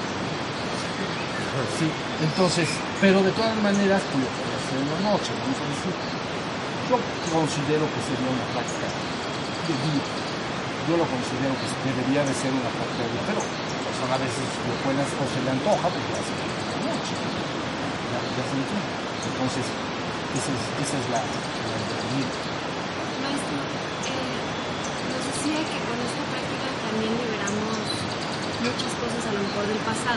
Sí, entonces, pero de todas maneras, tú lo puedes hacer en la noche, vamos a decir. Yo considero que sería una práctica de día. Yo lo considero que debería de ser una práctica de día, pero a veces lo puedes o se le antoja porque lo hace en la noche. Ya, ya se entiende. Entonces, esa es, esa es la, la idea. Maestro, eh, nos decía que con esta práctica también liberamos muchas cosas a lo mejor del pasado.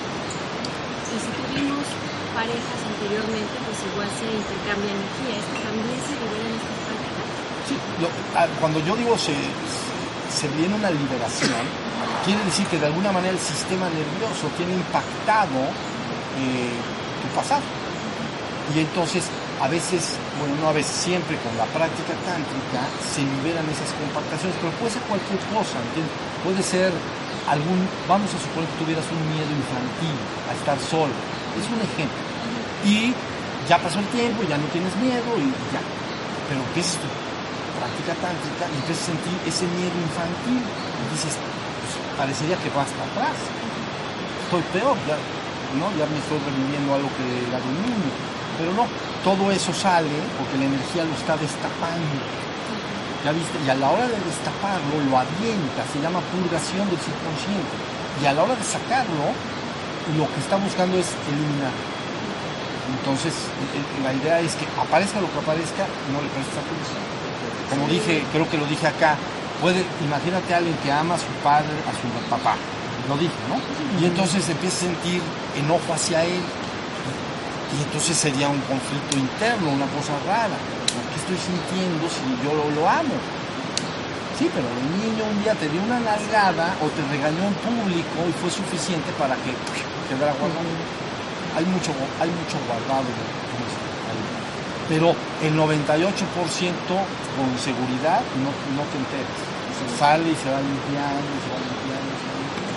Y si tuvimos parejas anteriormente, pues igual se intercambia energía. ¿Esto también se libera en esta práctica? Sí, lo, cuando yo digo se, se viene una liberación, quiere decir que de alguna manera el sistema nervioso tiene impactado eh, tu pasado. Y entonces, a veces, bueno, no a veces, siempre con la práctica tántrica se liberan esas compactaciones, pero puede ser cualquier cosa, ¿entiendes? Puede ser algún, vamos a suponer que tuvieras un miedo infantil a estar solo, es un ejemplo. Y ya pasó el tiempo, ya no tienes miedo y ya. Pero empiezas tu práctica tántrica y empiezas a sentir ese miedo infantil y dices, parecería que va hasta atrás. Estoy peor, ya, ¿no? Ya me estoy reviviendo algo que era de niño. Pero no, todo eso sale porque la energía lo está destapando. ¿Ya viste? Y a la hora de destaparlo, lo avienta, se llama purgación del subconsciente. Y a la hora de sacarlo, lo que está buscando es eliminar. Entonces, la idea es que aparezca lo que aparezca, no le prestes atención. Como dije, creo que lo dije acá, puede, imagínate a alguien que ama a su padre, a su papá, lo dije, ¿no? Y entonces empieza a sentir enojo hacia él, y entonces sería un conflicto interno, una cosa rara. ¿Qué estoy sintiendo si yo lo, lo amo? Sí, pero el niño un día te dio una nalgada o te regañó en público y fue suficiente para que quedara guardado. Hay mucho, hay mucho guardado ahí. Pero el noventa y ocho por ciento con seguridad no, no te enteras. O sea, sale y se va limpiando, se va limpiando, se va limpiando.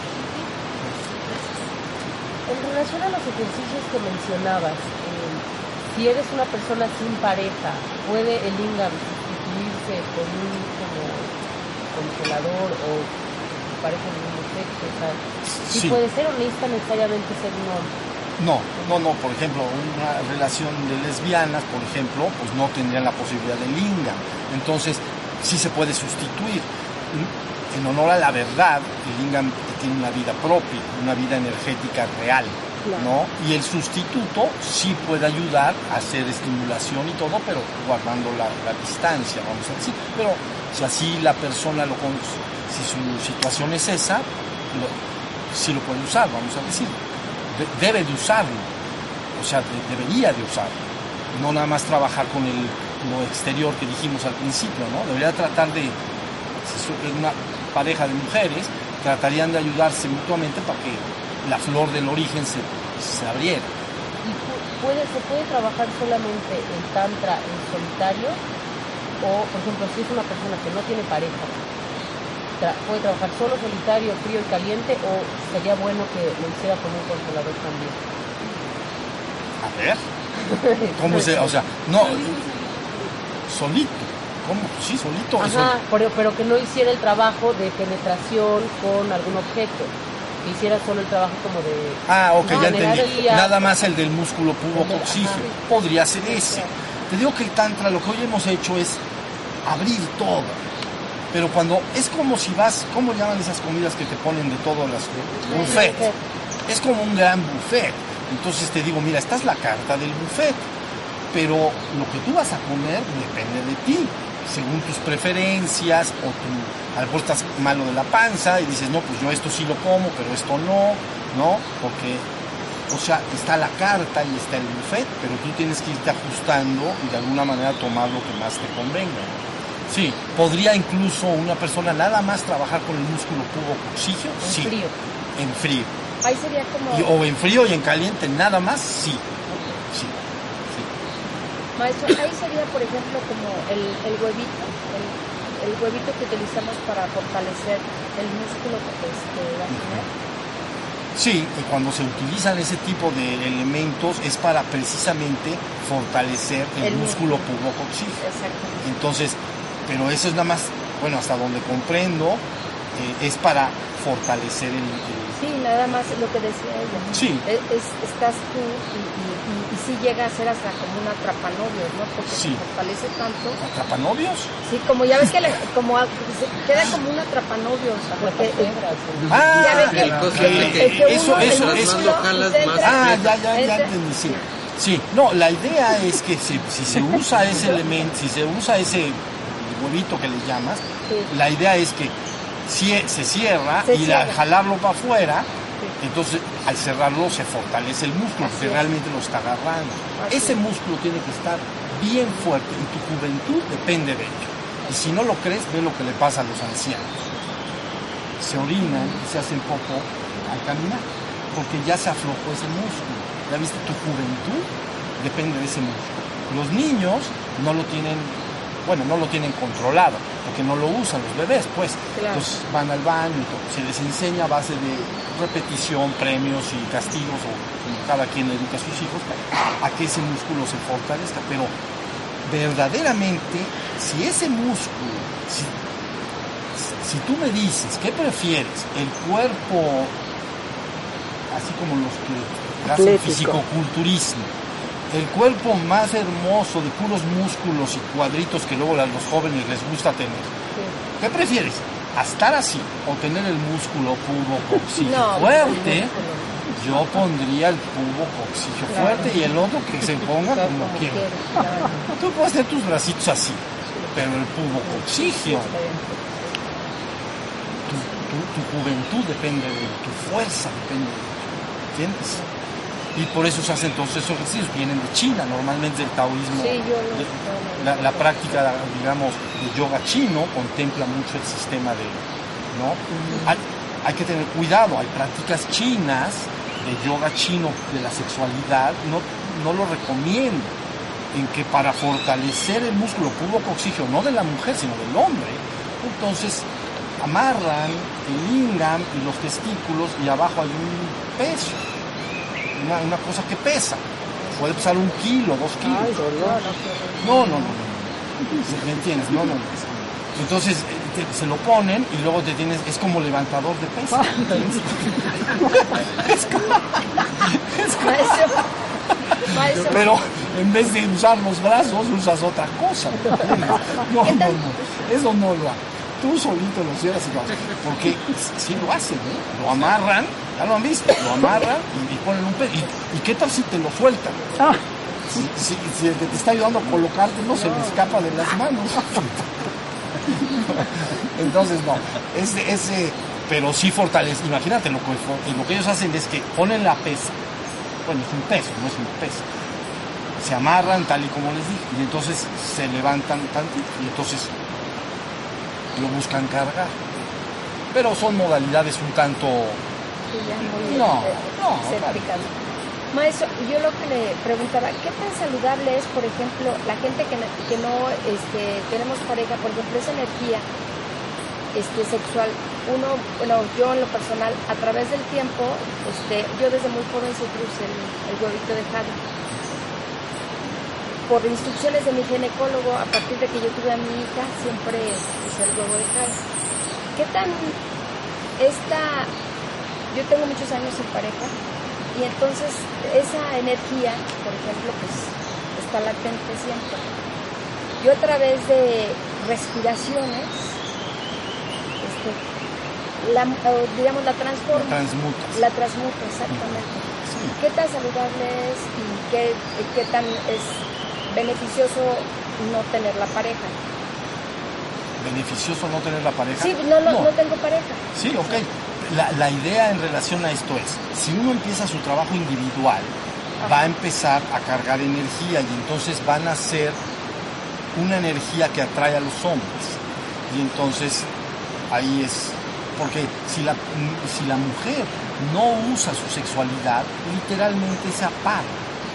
En relación a los ejercicios que mencionabas, eh, si eres una persona sin pareja, ¿puede el lingam sustituirse por un como consolador o pareja del mismo sexo? O sea, ¿sí Sí. puede ser o necesita necesariamente ser un hombre? No, no, no, por ejemplo, una relación de lesbianas, por ejemplo, pues no tendrían la posibilidad de lingam. Entonces, sí se puede sustituir. En honor a la verdad, el lingam tiene una vida propia, una vida energética real, ¿no? Y el sustituto sí puede ayudar a hacer estimulación y todo, pero guardando la, la distancia, vamos a decir. Pero si así la persona, lo con, si su situación es esa, lo, sí lo puede usar, vamos a decir. De, debe de usarlo, o sea, de, debería de usarlo. No nada más trabajar con el, lo exterior que dijimos al principio, ¿no? Debería tratar de, si es una pareja de mujeres, tratarían de ayudarse mutuamente para que la flor del origen se, se abriera. ¿Y pu- puede, se puede trabajar solamente el tantra en solitario? O, por ejemplo, si es una persona que no tiene pareja, tra- ¿puede trabajar solo solitario, frío y caliente? ¿O sería bueno que lo hiciera con un controlador también? A ver, ¿cómo se, o sea, no, solito, ¿cómo? Sí, solito. Ajá, pero, pero que no hiciera el trabajo de penetración con algún objeto, que hiciera solo el trabajo como de... Ah, ok, no, ya de entendí. energía. Nada más el del músculo El del- pubococcígeo. ajá. Podría ser ese. Te digo que el tantra, lo que hoy hemos hecho es abrir todo. Pero cuando, es como si vas, ¿cómo llaman esas comidas que te ponen de todo las buffet? buffet. Es como un gran buffet. Entonces te digo, mira, esta es la carta del buffet. Pero lo que tú vas a comer depende de ti, según tus preferencias, o tu, a lo mejor estás malo de la panza y dices, no, pues yo esto sí lo como, pero esto no, ¿no? Porque, o sea, está la carta y está el buffet, pero tú tienes que irte ajustando y de alguna manera tomar lo que más te convenga. Sí, podría incluso una persona nada más trabajar con el músculo pubococcígeo, En sí, frío. en frío. Ahí sería como... Y- o en frío y en caliente nada más, sí, sí. Maestro, ahí sería, por ejemplo, como el, el huevito, el, el huevito que utilizamos para fortalecer el músculo este, vaginal. Sí, y cuando se utilizan ese tipo de elementos es para precisamente fortalecer el, El músculo pubococcígeo. Exactamente. Entonces, pero eso es nada más, bueno, hasta donde comprendo, eh, es para fortalecer el... el- Sí, nada más lo que decía ella. Sí. Es, es- estás tú y, y, y, y sí llega a ser hasta como un atrapanovios, ¿no? Porque Sí. se fortalece tanto. ¿Atrapanovios? Sí, como ya ves que le, como a- se queda como un atrapanovios. Porque, Ah, Ya ves que- El cosa que- es de que eso, uno- eso, el eso. más lo jalas, se más entra- Ah, aprieta. ya, ya, ya Ese- entendí, sí. Sí, no, la idea es que si, si se usa ese elemento, si se usa ese huevito que le llamas, Sí. la idea es que cie- se cierra Se y cierra. al jalarlo para afuera, Sí. entonces al cerrarlo se fortalece el músculo, Así porque es. realmente lo está agarrando. Así Ese es. músculo tiene que estar bien fuerte y tu juventud depende de ello. Y si no lo crees, ve lo que le pasa a los ancianos. Se orinan y se hacen poco al caminar, porque ya se aflojó ese músculo. Ya viste, tu juventud depende de ese músculo. Los niños no lo tienen, bueno, no lo tienen controlado, porque no lo usan los bebés, pues. Claro. Entonces van al baño y todo. Se les enseña a base de repetición, premios y castigos, o como cada quien educa a sus hijos, a que ese músculo se fortalezca. Pero verdaderamente, si ese músculo, si, si tú me dices, ¿qué prefieres? ¿El cuerpo, así como los que hacen Atlético. fisicoculturismo, el cuerpo más hermoso de puros músculos y cuadritos que luego a los jóvenes les gusta tener? ¿Qué prefieres? ¿A estar así o tener el músculo pubococcígeo No, fuerte? no, no, no. Yo pondría el pubococcígeo Claro. fuerte y el otro que se ponga como Como quiera. quiera, claro. Tú puedes hacer tus bracitos así, pero el pubococcígeo, tu, tu, tu juventud depende de tu fuerza, depende de ¿entiendes? Y por eso se hacen todos esos ejercicios, vienen de China, normalmente del taoísmo. Sí, yo lo, de, yo lo- la, la práctica, digamos, de yoga chino contempla mucho el sistema de, ¿no? Hay, hay que tener cuidado, hay prácticas chinas de yoga chino de la sexualidad, no, no lo recomiendo, en que para fortalecer el músculo púbico-coxígeo, no de la mujer, sino del hombre, entonces amarran el lingam y los testículos y abajo hay un peso, una, una cosa que pesa, puede pesar un kilo, dos kilos. Ay, dolor. No, no, no, no. ¿Me entiendes? No, no, no. Entonces eh, te- se lo ponen y luego te tienes, es como levantador de peso. ¿Entiendes? Es como, es como- Maestro, maestro, pero en vez de usar los brazos, usas otra cosa. ¿Me entiendes? No, ¿Qué no, tal? no. Eso no lo haces. Tú solito lo hicieras y lo haces. Porque sí lo hacen, ¿eh? Lo amarran, ya lo han visto, lo amarran y, y ponen un peso. ¿Y, ¿Y qué tal si te lo sueltan? Ah, Si, si- si el que te está ayudando a colocarte no se le escapa de las manos. Entonces no, ese, ese, pero sí fortalece. Imagínate lo que, lo que ellos hacen es que ponen la pesa. Bueno, es un peso, no es un peso. Se amarran tal y como les dije y entonces se levantan tantito y entonces lo buscan cargar. Pero son modalidades un tanto. sí, ya muy No, eh, no, certificado. Maestro, yo lo que le preguntaba, ¿qué tan saludable es, por ejemplo, la gente que, no- que no este, tenemos pareja, por ejemplo, esa energía este, sexual? Uno, bueno, yo en lo personal, a través del tiempo, este, yo desde muy joven siempre usé el, el huevito de jade. Por instrucciones de mi ginecólogo, a partir de que yo tuve a mi hija, siempre usé el huevo de jade. ¿Qué tan esta... Yo tengo muchos años sin pareja, y entonces esa energía, por ejemplo, pues está latente siempre. Yo a través de respiraciones, este, la, o digamos, la transformo, Transmutas. la transmuto, exactamente. Sí. ¿Qué tan saludable es y qué, qué tan es beneficioso no tener la pareja? ¿Beneficioso no tener la pareja? Sí, no, no, no tengo pareja. Sí, ok. La, la idea en relación a esto es, si uno empieza su trabajo individual, Ajá. va a empezar a cargar energía y entonces van a ser una energía que atrae a los hombres. Y entonces ahí es, porque si la, si la mujer no usa su sexualidad, literalmente se apaga.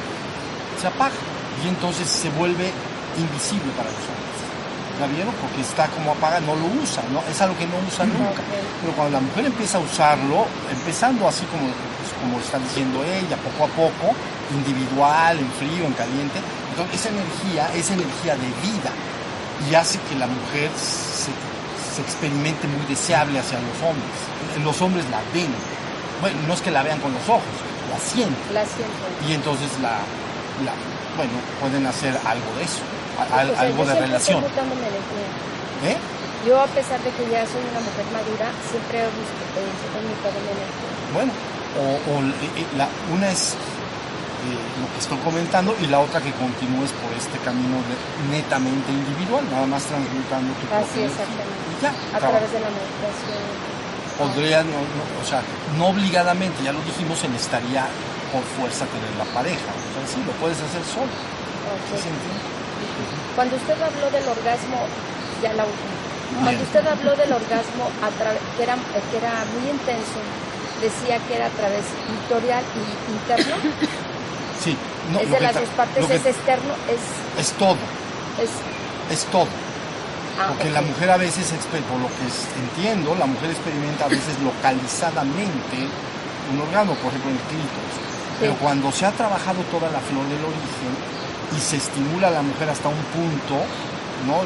Se apaga. Y entonces se vuelve invisible para los hombres. ¿Ya vieron? Porque está como apagada, no lo usa, ¿no? Es algo que no usa nunca. Ok. Pero cuando la mujer empieza a usarlo, empezando así como, pues, como está diciendo ella, poco a poco, individual, en frío, en caliente, entonces esa energía es energía de vida y hace que la mujer se, se experimente muy deseable hacia los hombres. Los hombres la ven. Bueno, no es que la vean con los ojos, la sienten. La siento. Y entonces la, la bueno, pueden hacer algo de eso, a- O sea, algo yo de siempre relación. estoy buscando mi energía. ¿Eh? Yo, a pesar de que ya soy una mujer madura, siempre he buscado, he mutado mi energía. Bueno, o, o eh, la, una es eh, lo que estoy comentando y la otra que continúes por este camino de- netamente individual, nada más transmutando tu Así, propia exactamente. energía. Y ya, A trabaja. través de la meditación. Podría, no, no, o sea, no obligadamente, ya lo dijimos, se necesitaría por fuerza tener la pareja. O sea, sí, lo puedes hacer solo. Ok. ¿Sí se entiende? Cuando usted habló del orgasmo, ya la última. Bien. Cuando usted habló del orgasmo a través, que era, que era muy intenso, decía que era a través clitorial y interno. Sí, no, es lo de que las tra- dos partes, lo que- es externo, es, es todo, es es todo. ah, Porque ok. la mujer a veces, exper- por lo que es- entiendo, la mujer experimenta a veces localizadamente un orgasmo, por ejemplo en el clítoris. Pero cuando se ha trabajado toda la flor del origen y se estimula a la mujer hasta un punto, ¿no?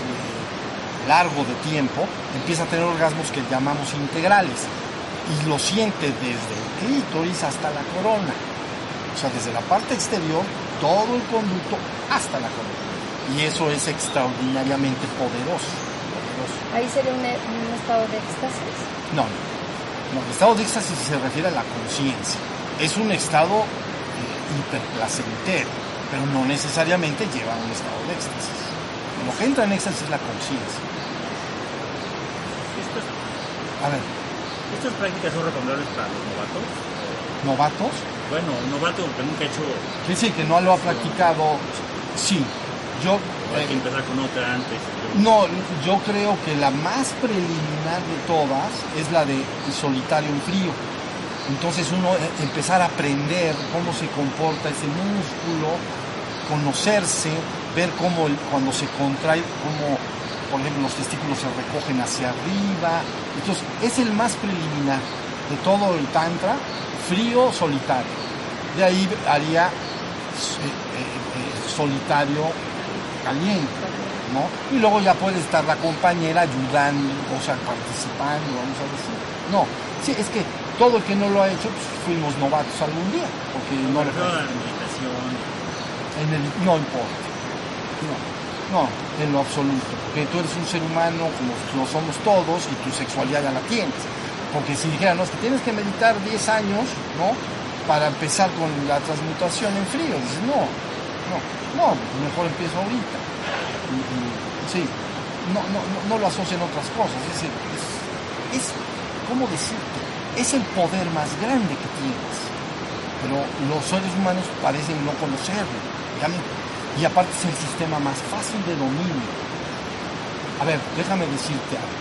Eh, largo de tiempo, empieza a tener orgasmos que llamamos integrales. Y lo siente desde el clítoris hasta la corona. O sea, desde la parte exterior, todo el conducto hasta la corona. Y eso es extraordinariamente poderoso. poderoso. Ahí sería un, un estado de éxtasis. No, no. No, el estado de éxtasis se refiere a la conciencia. Es un estado eh, hiperplacentero, pero no necesariamente lleva a un estado de éxtasis. Lo que entra en éxtasis es la conciencia. Estas, A ver, estas prácticas son recomendables para los novatos. novatos, bueno, novato que nunca ha hecho, Sí, sí, que no lo ha practicado, sí. Yo, o hay que eh, empezar con otra antes. no, yo creo que la más preliminar de todas es la de solitario en frío. Entonces uno eh, empezar a aprender cómo se comporta ese músculo, conocerse, ver cómo el- cuando se contrae, cómo, por ejemplo, los testículos se recogen hacia arriba. Entonces es el más preliminar de todo el tantra, frío, solitario. De ahí haría eh, eh, eh, solitario caliente, ¿no? Y luego ya puede estar la compañera ayudando, o sea, participando, vamos a decir. No, sí, es que todo el que no lo ha hecho, pues fuimos novatos algún día, porque no Me lo refiero a la meditación. en el, no importa, no, no, en lo absoluto, porque tú eres un ser humano como lo somos todos y tu sexualidad ya la tienes. Porque si dijeran, no, es que tienes que meditar diez años, ¿no? Para empezar con la transmutación en frío, dices, no, no, no, mejor empiezo ahorita. Y, y, sí, no, no, no, no lo asocien a otras cosas, es, el- es, es, ¿cómo decirte? Es el poder más grande que tienes, pero los seres humanos parecen no conocerlo. Ya me- y aparte es el sistema más fácil de dominio. A ver, déjame decirte algo.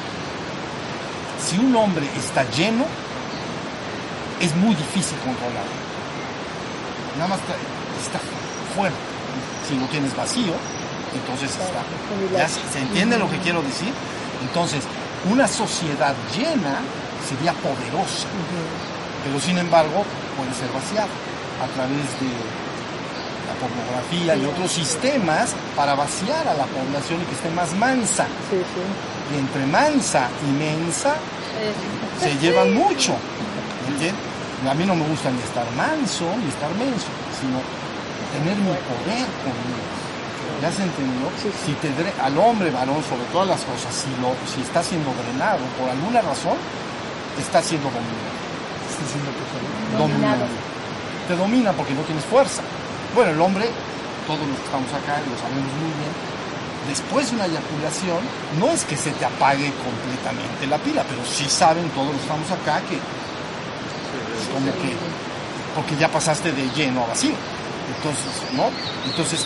Si un hombre está lleno, es muy difícil controlarlo. Nada más está, está fuera. Si lo tienes vacío, entonces está. ¿Ya se, se entiende lo que quiero decir? Entonces, una sociedad llena sería poderosa, pero sin embargo puede ser vaciada a través de la pornografía y otros sistemas para vaciar a la población y que esté más mansa. Sí, sí. Y entre mansa y mensa Eh, se llevan mucho, ¿entiendes? A mí no me gusta ni estar manso ni estar menso, sino tener mi poder conmigo. ¿Ya se entendió? Sí, sí. Si te dre- al hombre, varón, sobre todas las cosas, si, lo, si está siendo drenado por alguna razón, está siendo dominado. Está siendo Dominado. Te domina porque no tienes fuerza. Bueno, el hombre, todos los que estamos acá, lo sabemos muy bien, después de una eyaculación, no es que se te apague completamente la pila, pero sí saben todos los que estamos acá que, como que, porque ya pasaste de lleno a vacío. Entonces, ¿no? Entonces,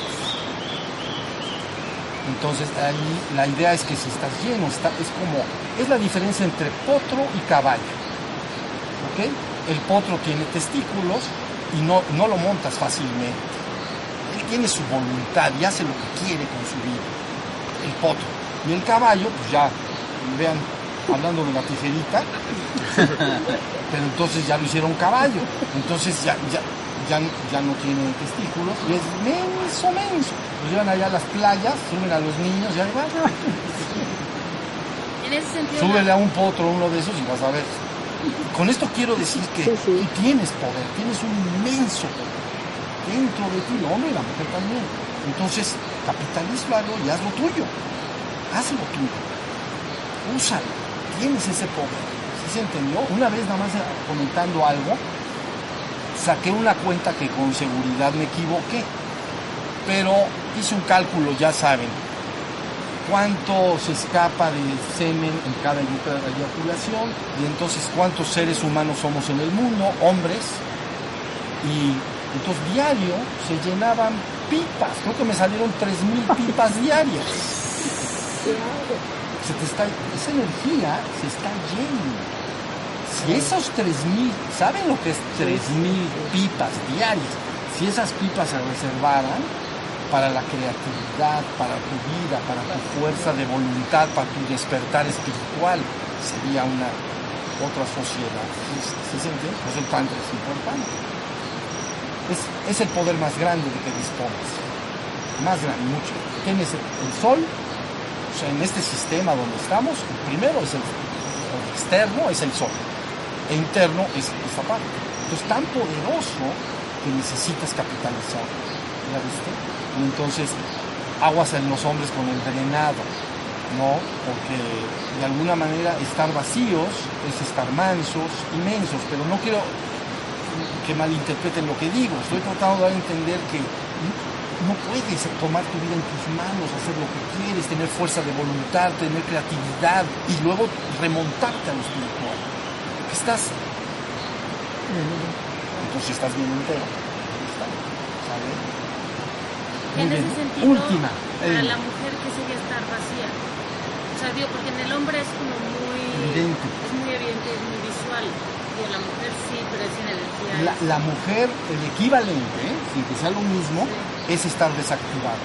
entonces ahí la idea es que si estás lleno, está, es como, es la diferencia entre potro y caballo. ¿Ok? El potro tiene testículos y no, no lo montas fácilmente. Él tiene su voluntad y hace lo que quiere con su vida. El potro. Y el caballo, pues ya, vean, hablando de la tijerita, pero entonces ya lo hicieron caballo. Entonces ya, ya, ya, ya no tiene testículos y es menso, menso. Los llevan allá a las playas, suben a los niños y ahí van. En ese sentido, Súbele a un potro uno de esos y vas a ver. Con esto quiero decir que Sí, sí. tú tienes poder, tienes un inmenso poder dentro de ti, el hombre y la mujer también. Entonces, capitalízalo y haz lo tuyo. Haz lo tuyo. Úsalo. Tienes ese poder. ¿Sí se entendió? Una vez nada más comentando algo, saqué una cuenta que con seguridad me equivoqué. Pero hice un cálculo, ya saben, cuánto se escapa de semen en cada eyaculación y entonces cuántos seres humanos somos en el mundo, hombres, y entonces diario se llenaban pipas, creo que me salieron tres mil pipas diarias. Se te está, esa energía se está yendo. Si esos tres mil, ¿saben lo que es tres mil pipas diarias? Si esas pipas se reservaran para la creatividad, para tu vida, para tu fuerza de voluntad, para tu despertar espiritual, sería una otra sociedad. ¿Sí, sí se entiende? Por eso el tantra es importante. Es, es el poder más grande de que dispones. Más grande, mucho. Tienes el, el sol, o sea, en este sistema donde estamos, el primero es el, el externo, es el sol. E interno es esta parte. Entonces, tan poderoso que necesitas capitalizar. ¿Ya viste? Y entonces, aguas en los hombres con el drenado, ¿no? Porque de alguna manera estar vacíos es estar mansos y mensos, pero no quiero que malinterpreten lo que digo. Estoy tratando de dar a entender que no puedes tomar tu vida en tus manos, hacer lo que quieres, tener fuerza de voluntad, tener creatividad y luego remontarte a lo espiritual. Porque estás... entonces estás bien entero. ¿Sale? En Muy ese bien. sentido, Última. para Eh, la mujer que sería estar vacía. O sea, digo, porque en el hombre es como muy Evidente. es muy evidente, es muy visual. Y en la mujer sí, pero es sin energía. La, es- la mujer, el equivalente, ¿eh? sin que sea lo mismo, es estar desactivada.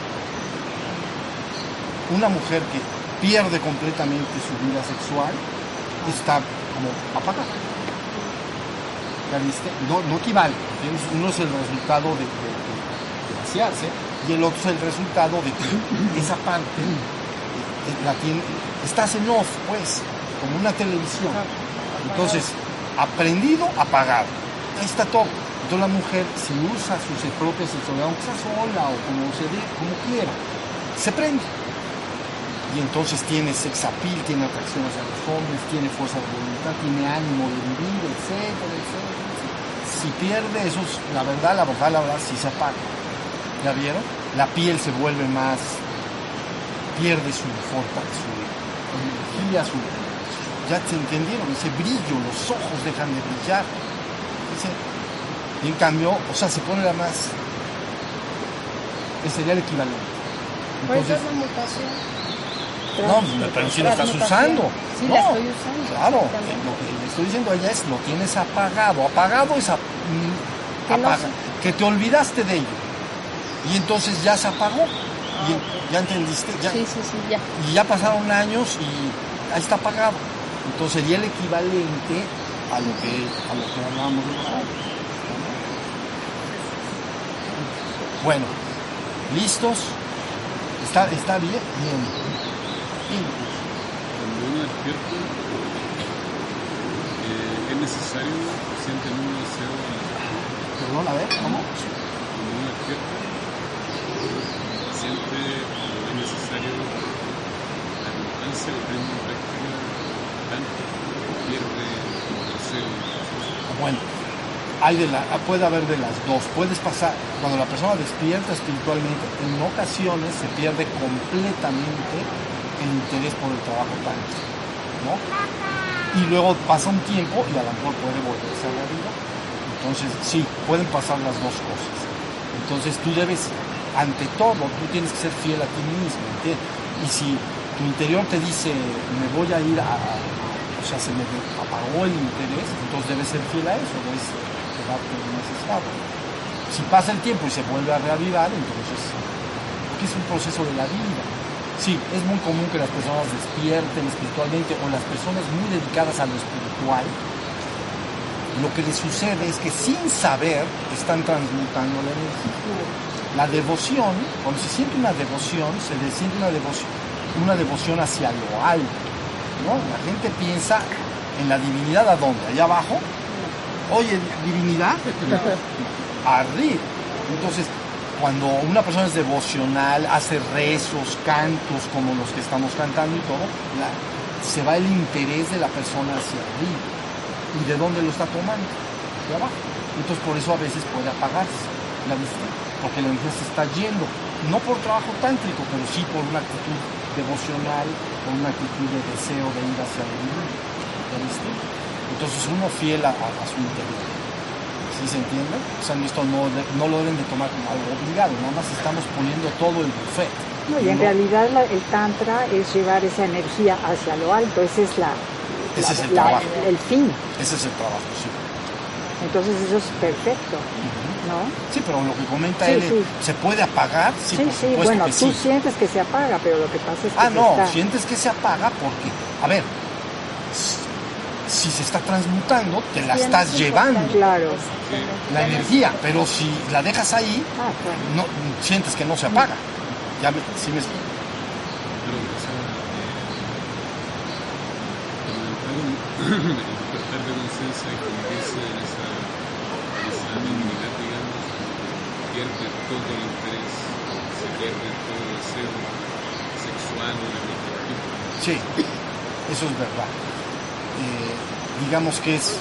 Una mujer que pierde completamente su vida sexual está como apagada. ¿Ya viste? No, no equivale. ¿Entiendes? Uno es el resultado de, de, de, de vaciarse y el otro es el resultado de que esa parte eh, la tiene, estás en off, pues, como una televisión. Entonces, aprendido, apagado. Ahí está todo. Entonces la mujer, si usa su propia sexualidad, aunque sea sola o como se dé, como quiera, se prende. Y entonces tiene sex appeal, tiene atracción hacia los hombres, tiene fuerza de voluntad, tiene ánimo de vivir, etcétera, etcétera. Si pierde eso, es- la verdad, la verdad, la verdad, sí se apaga. ¿Ya vieron? La piel se vuelve más, pierde su forma, su energía, su, ya te entendieron, ese brillo, los ojos dejan de brillar. Ese, y en cambio, o sea, se pone la más, ese sería el equivalente. Por eso Entonces, es la mutación. no, pero si lo estás usando. Sí, No, la estoy usando. Claro, exactamente. lo que le estoy diciendo a ella es lo tienes apagado. Apagado es ap- mm, Que no apaga, que te olvidaste de ello. Y entonces ya se apagó. Y en- ya entendiste, ya, Sí, sí, sí, ya. y ya pasaron años y ahí está apagado. Entonces sería el equivalente a lo que, a lo que hablábamos de los años. Bueno, ¿listos? ¿Está, está bien? Bien. Bien. Cuando uno despierta, eh, es necesario, siente un deseo, Perdón, a ver, ¿cómo? cuando uno despierta, siente o es necesario la constancia o prende en práctica tanto, pierde el deseo. Bueno, hay de la, puede haber de las dos. Puedes pasar, cuando la persona despierta espiritualmente, en ocasiones se pierde completamente el interés por el trabajo tántrico, ¿no? Y luego pasa un tiempo y a lo mejor puede volverse a la vida. Entonces, sí, pueden pasar las dos cosas. Entonces, tú debes, ante todo, tú tienes que ser fiel a ti mismo, ¿entiendes? Y si tu interior te dice, me voy a ir a, o sea, se me apagó el interés, entonces debes ser fiel a eso, debes quedarte en ese estado. Si pasa el tiempo y se vuelve a reavivar, entonces, porque es un proceso de la vida. Sí, es muy común que las personas despierten espiritualmente o las personas muy dedicadas a lo espiritual, lo que les sucede es que sin saber están transmutando la energía. La devoción, cuando se siente una devoción, se le siente una devoción, una devoción hacia lo alto, ¿no? La gente piensa en la divinidad, ¿a dónde? ¿Allá abajo? Oye, divinidad, arriba. Entonces, cuando una persona es devocional, hace rezos, cantos como los que estamos cantando y todo, la- se va el interés de la persona hacia arriba. ¿Y de dónde lo está tomando? De abajo. Entonces por eso a veces puede apagarse la vista, porque la energía se está yendo, no por trabajo tántrico, pero sí por una actitud devocional, por una actitud de deseo de ir hacia el divino. ¿Ya viste? Entonces uno fiel a, a- a su interior. ¿Sí se entiende? O sea, esto no, de- no lo deben de tomar como algo obligado, nada más estamos poniendo todo el buffet. No, y en No- realidad la- el tantra es llevar esa energía hacia lo alto, ese es la, Ese la- es el la- trabajo. el fin. Ese es el trabajo, sí. Entonces eso es perfecto, ¿no? Sí, pero lo que comenta Sí, él, sí. ¿se puede apagar? Sí, Sí, por sí, supuesto bueno, que tú sí. sientes que se apaga, pero lo que pasa es que Ah, se no, está... sientes que se apaga porque, a ver, si, si se está transmutando, te la Sí, estás no es llevando, importante. Claro. Exactamente. la energía, pero si la dejas ahí, Ah, claro. no sientes que no se apaga. Ya me, sí me explico. Pero, o sea, eh, el despertar de conciencia y convertirse en esa, en esa divinidad, digamos, pierde todo el interés, se pierde todo el deseo sexual o de cualquier tipo. Sí, eso es verdad. Eh, digamos que es,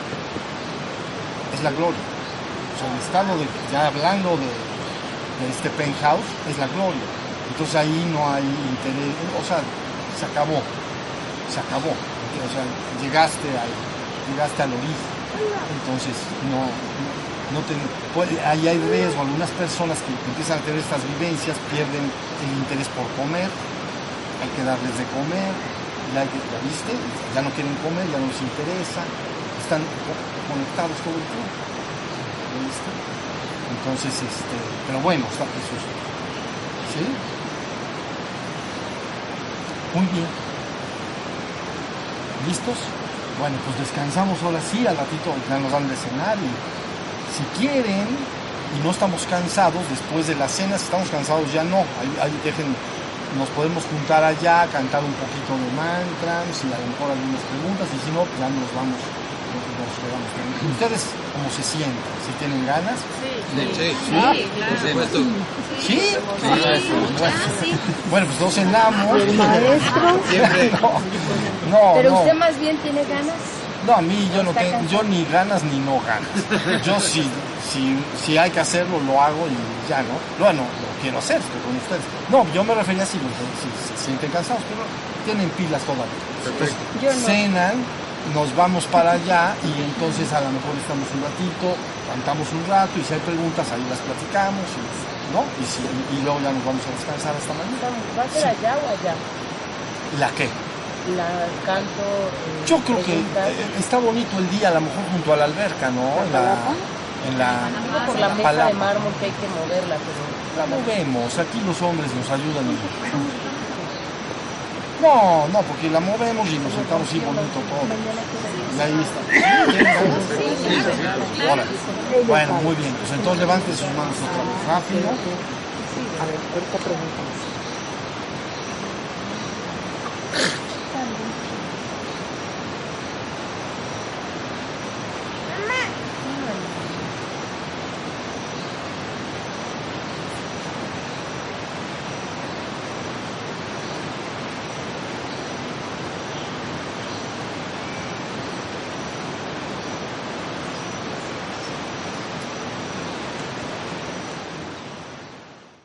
es la gloria. O sea, el estado de, ya hablando de, de este penthouse, es la gloria. Entonces ahí no hay interés, o sea, se acabó, se acabó. O sea, llegaste al, llegaste al origen. Entonces no, no, No ten, puede, ahí hay riesgo, algunas personas que empiezan a tener estas vivencias pierden el interés por comer, hay que darles de comer, ya, ya viste, ya no quieren comer, ya no les interesa, están conectados todo el tiempo, ¿viste? Entonces, este, pero bueno, está eso, ¿sí? Muy bien. ¿Listos? Bueno, pues descansamos ahora sí, al ratito ya nos dan de cenar y si quieren y no estamos cansados, después de la cena, si estamos cansados ya no, ahí, ahí dejen, nos podemos juntar allá, cantar un poquito de mantras y a lo mejor algunas preguntas y si no, pues ya nos vamos, nos quedamos. ¿Ustedes cómo se sienten? ¿Si tienen ganas? Sí, Sí, sí, sí, claro. sí, me toca. ¿Sí? Sí, Bueno, ah, sí. bueno, pues no cenamos. El maestro. Siempre. No, no, Pero no. usted más bien tiene ganas. No, a mí yo no Está tengo, yo cansado. ni ganas ni no ganas. Yo sí, si, si hay que hacerlo, lo hago y ya, ¿no? Bueno, lo quiero hacer, estoy con ustedes. No, yo me refería si, si, si se sienten cansados, pero tienen pilas todavía. Perfecto. Yo no. Cenan, nos vamos para allá y entonces a lo mejor estamos un ratito, cantamos un rato y si hay preguntas ahí las platicamos, y, ¿no? Y, si, y luego ya nos vamos a descansar hasta mañana. ¿Va a ser allá o allá? ¿La qué? La canto. eh, Yo creo que preguntas. eh, está bonito el día, a lo mejor junto a la alberca, ¿no? En la, en la, Digo por la la mesa palapa. de mármol que hay que moverla, pero. La movemos, aquí los hombres nos ayudan. No, no, porque la movemos y nos sentamos así bonito todo. Y ahí está. Órale. Bueno, muy bien. Pues entonces levanten sus manos otra vez rápido. A ver, ahorita preguntamos.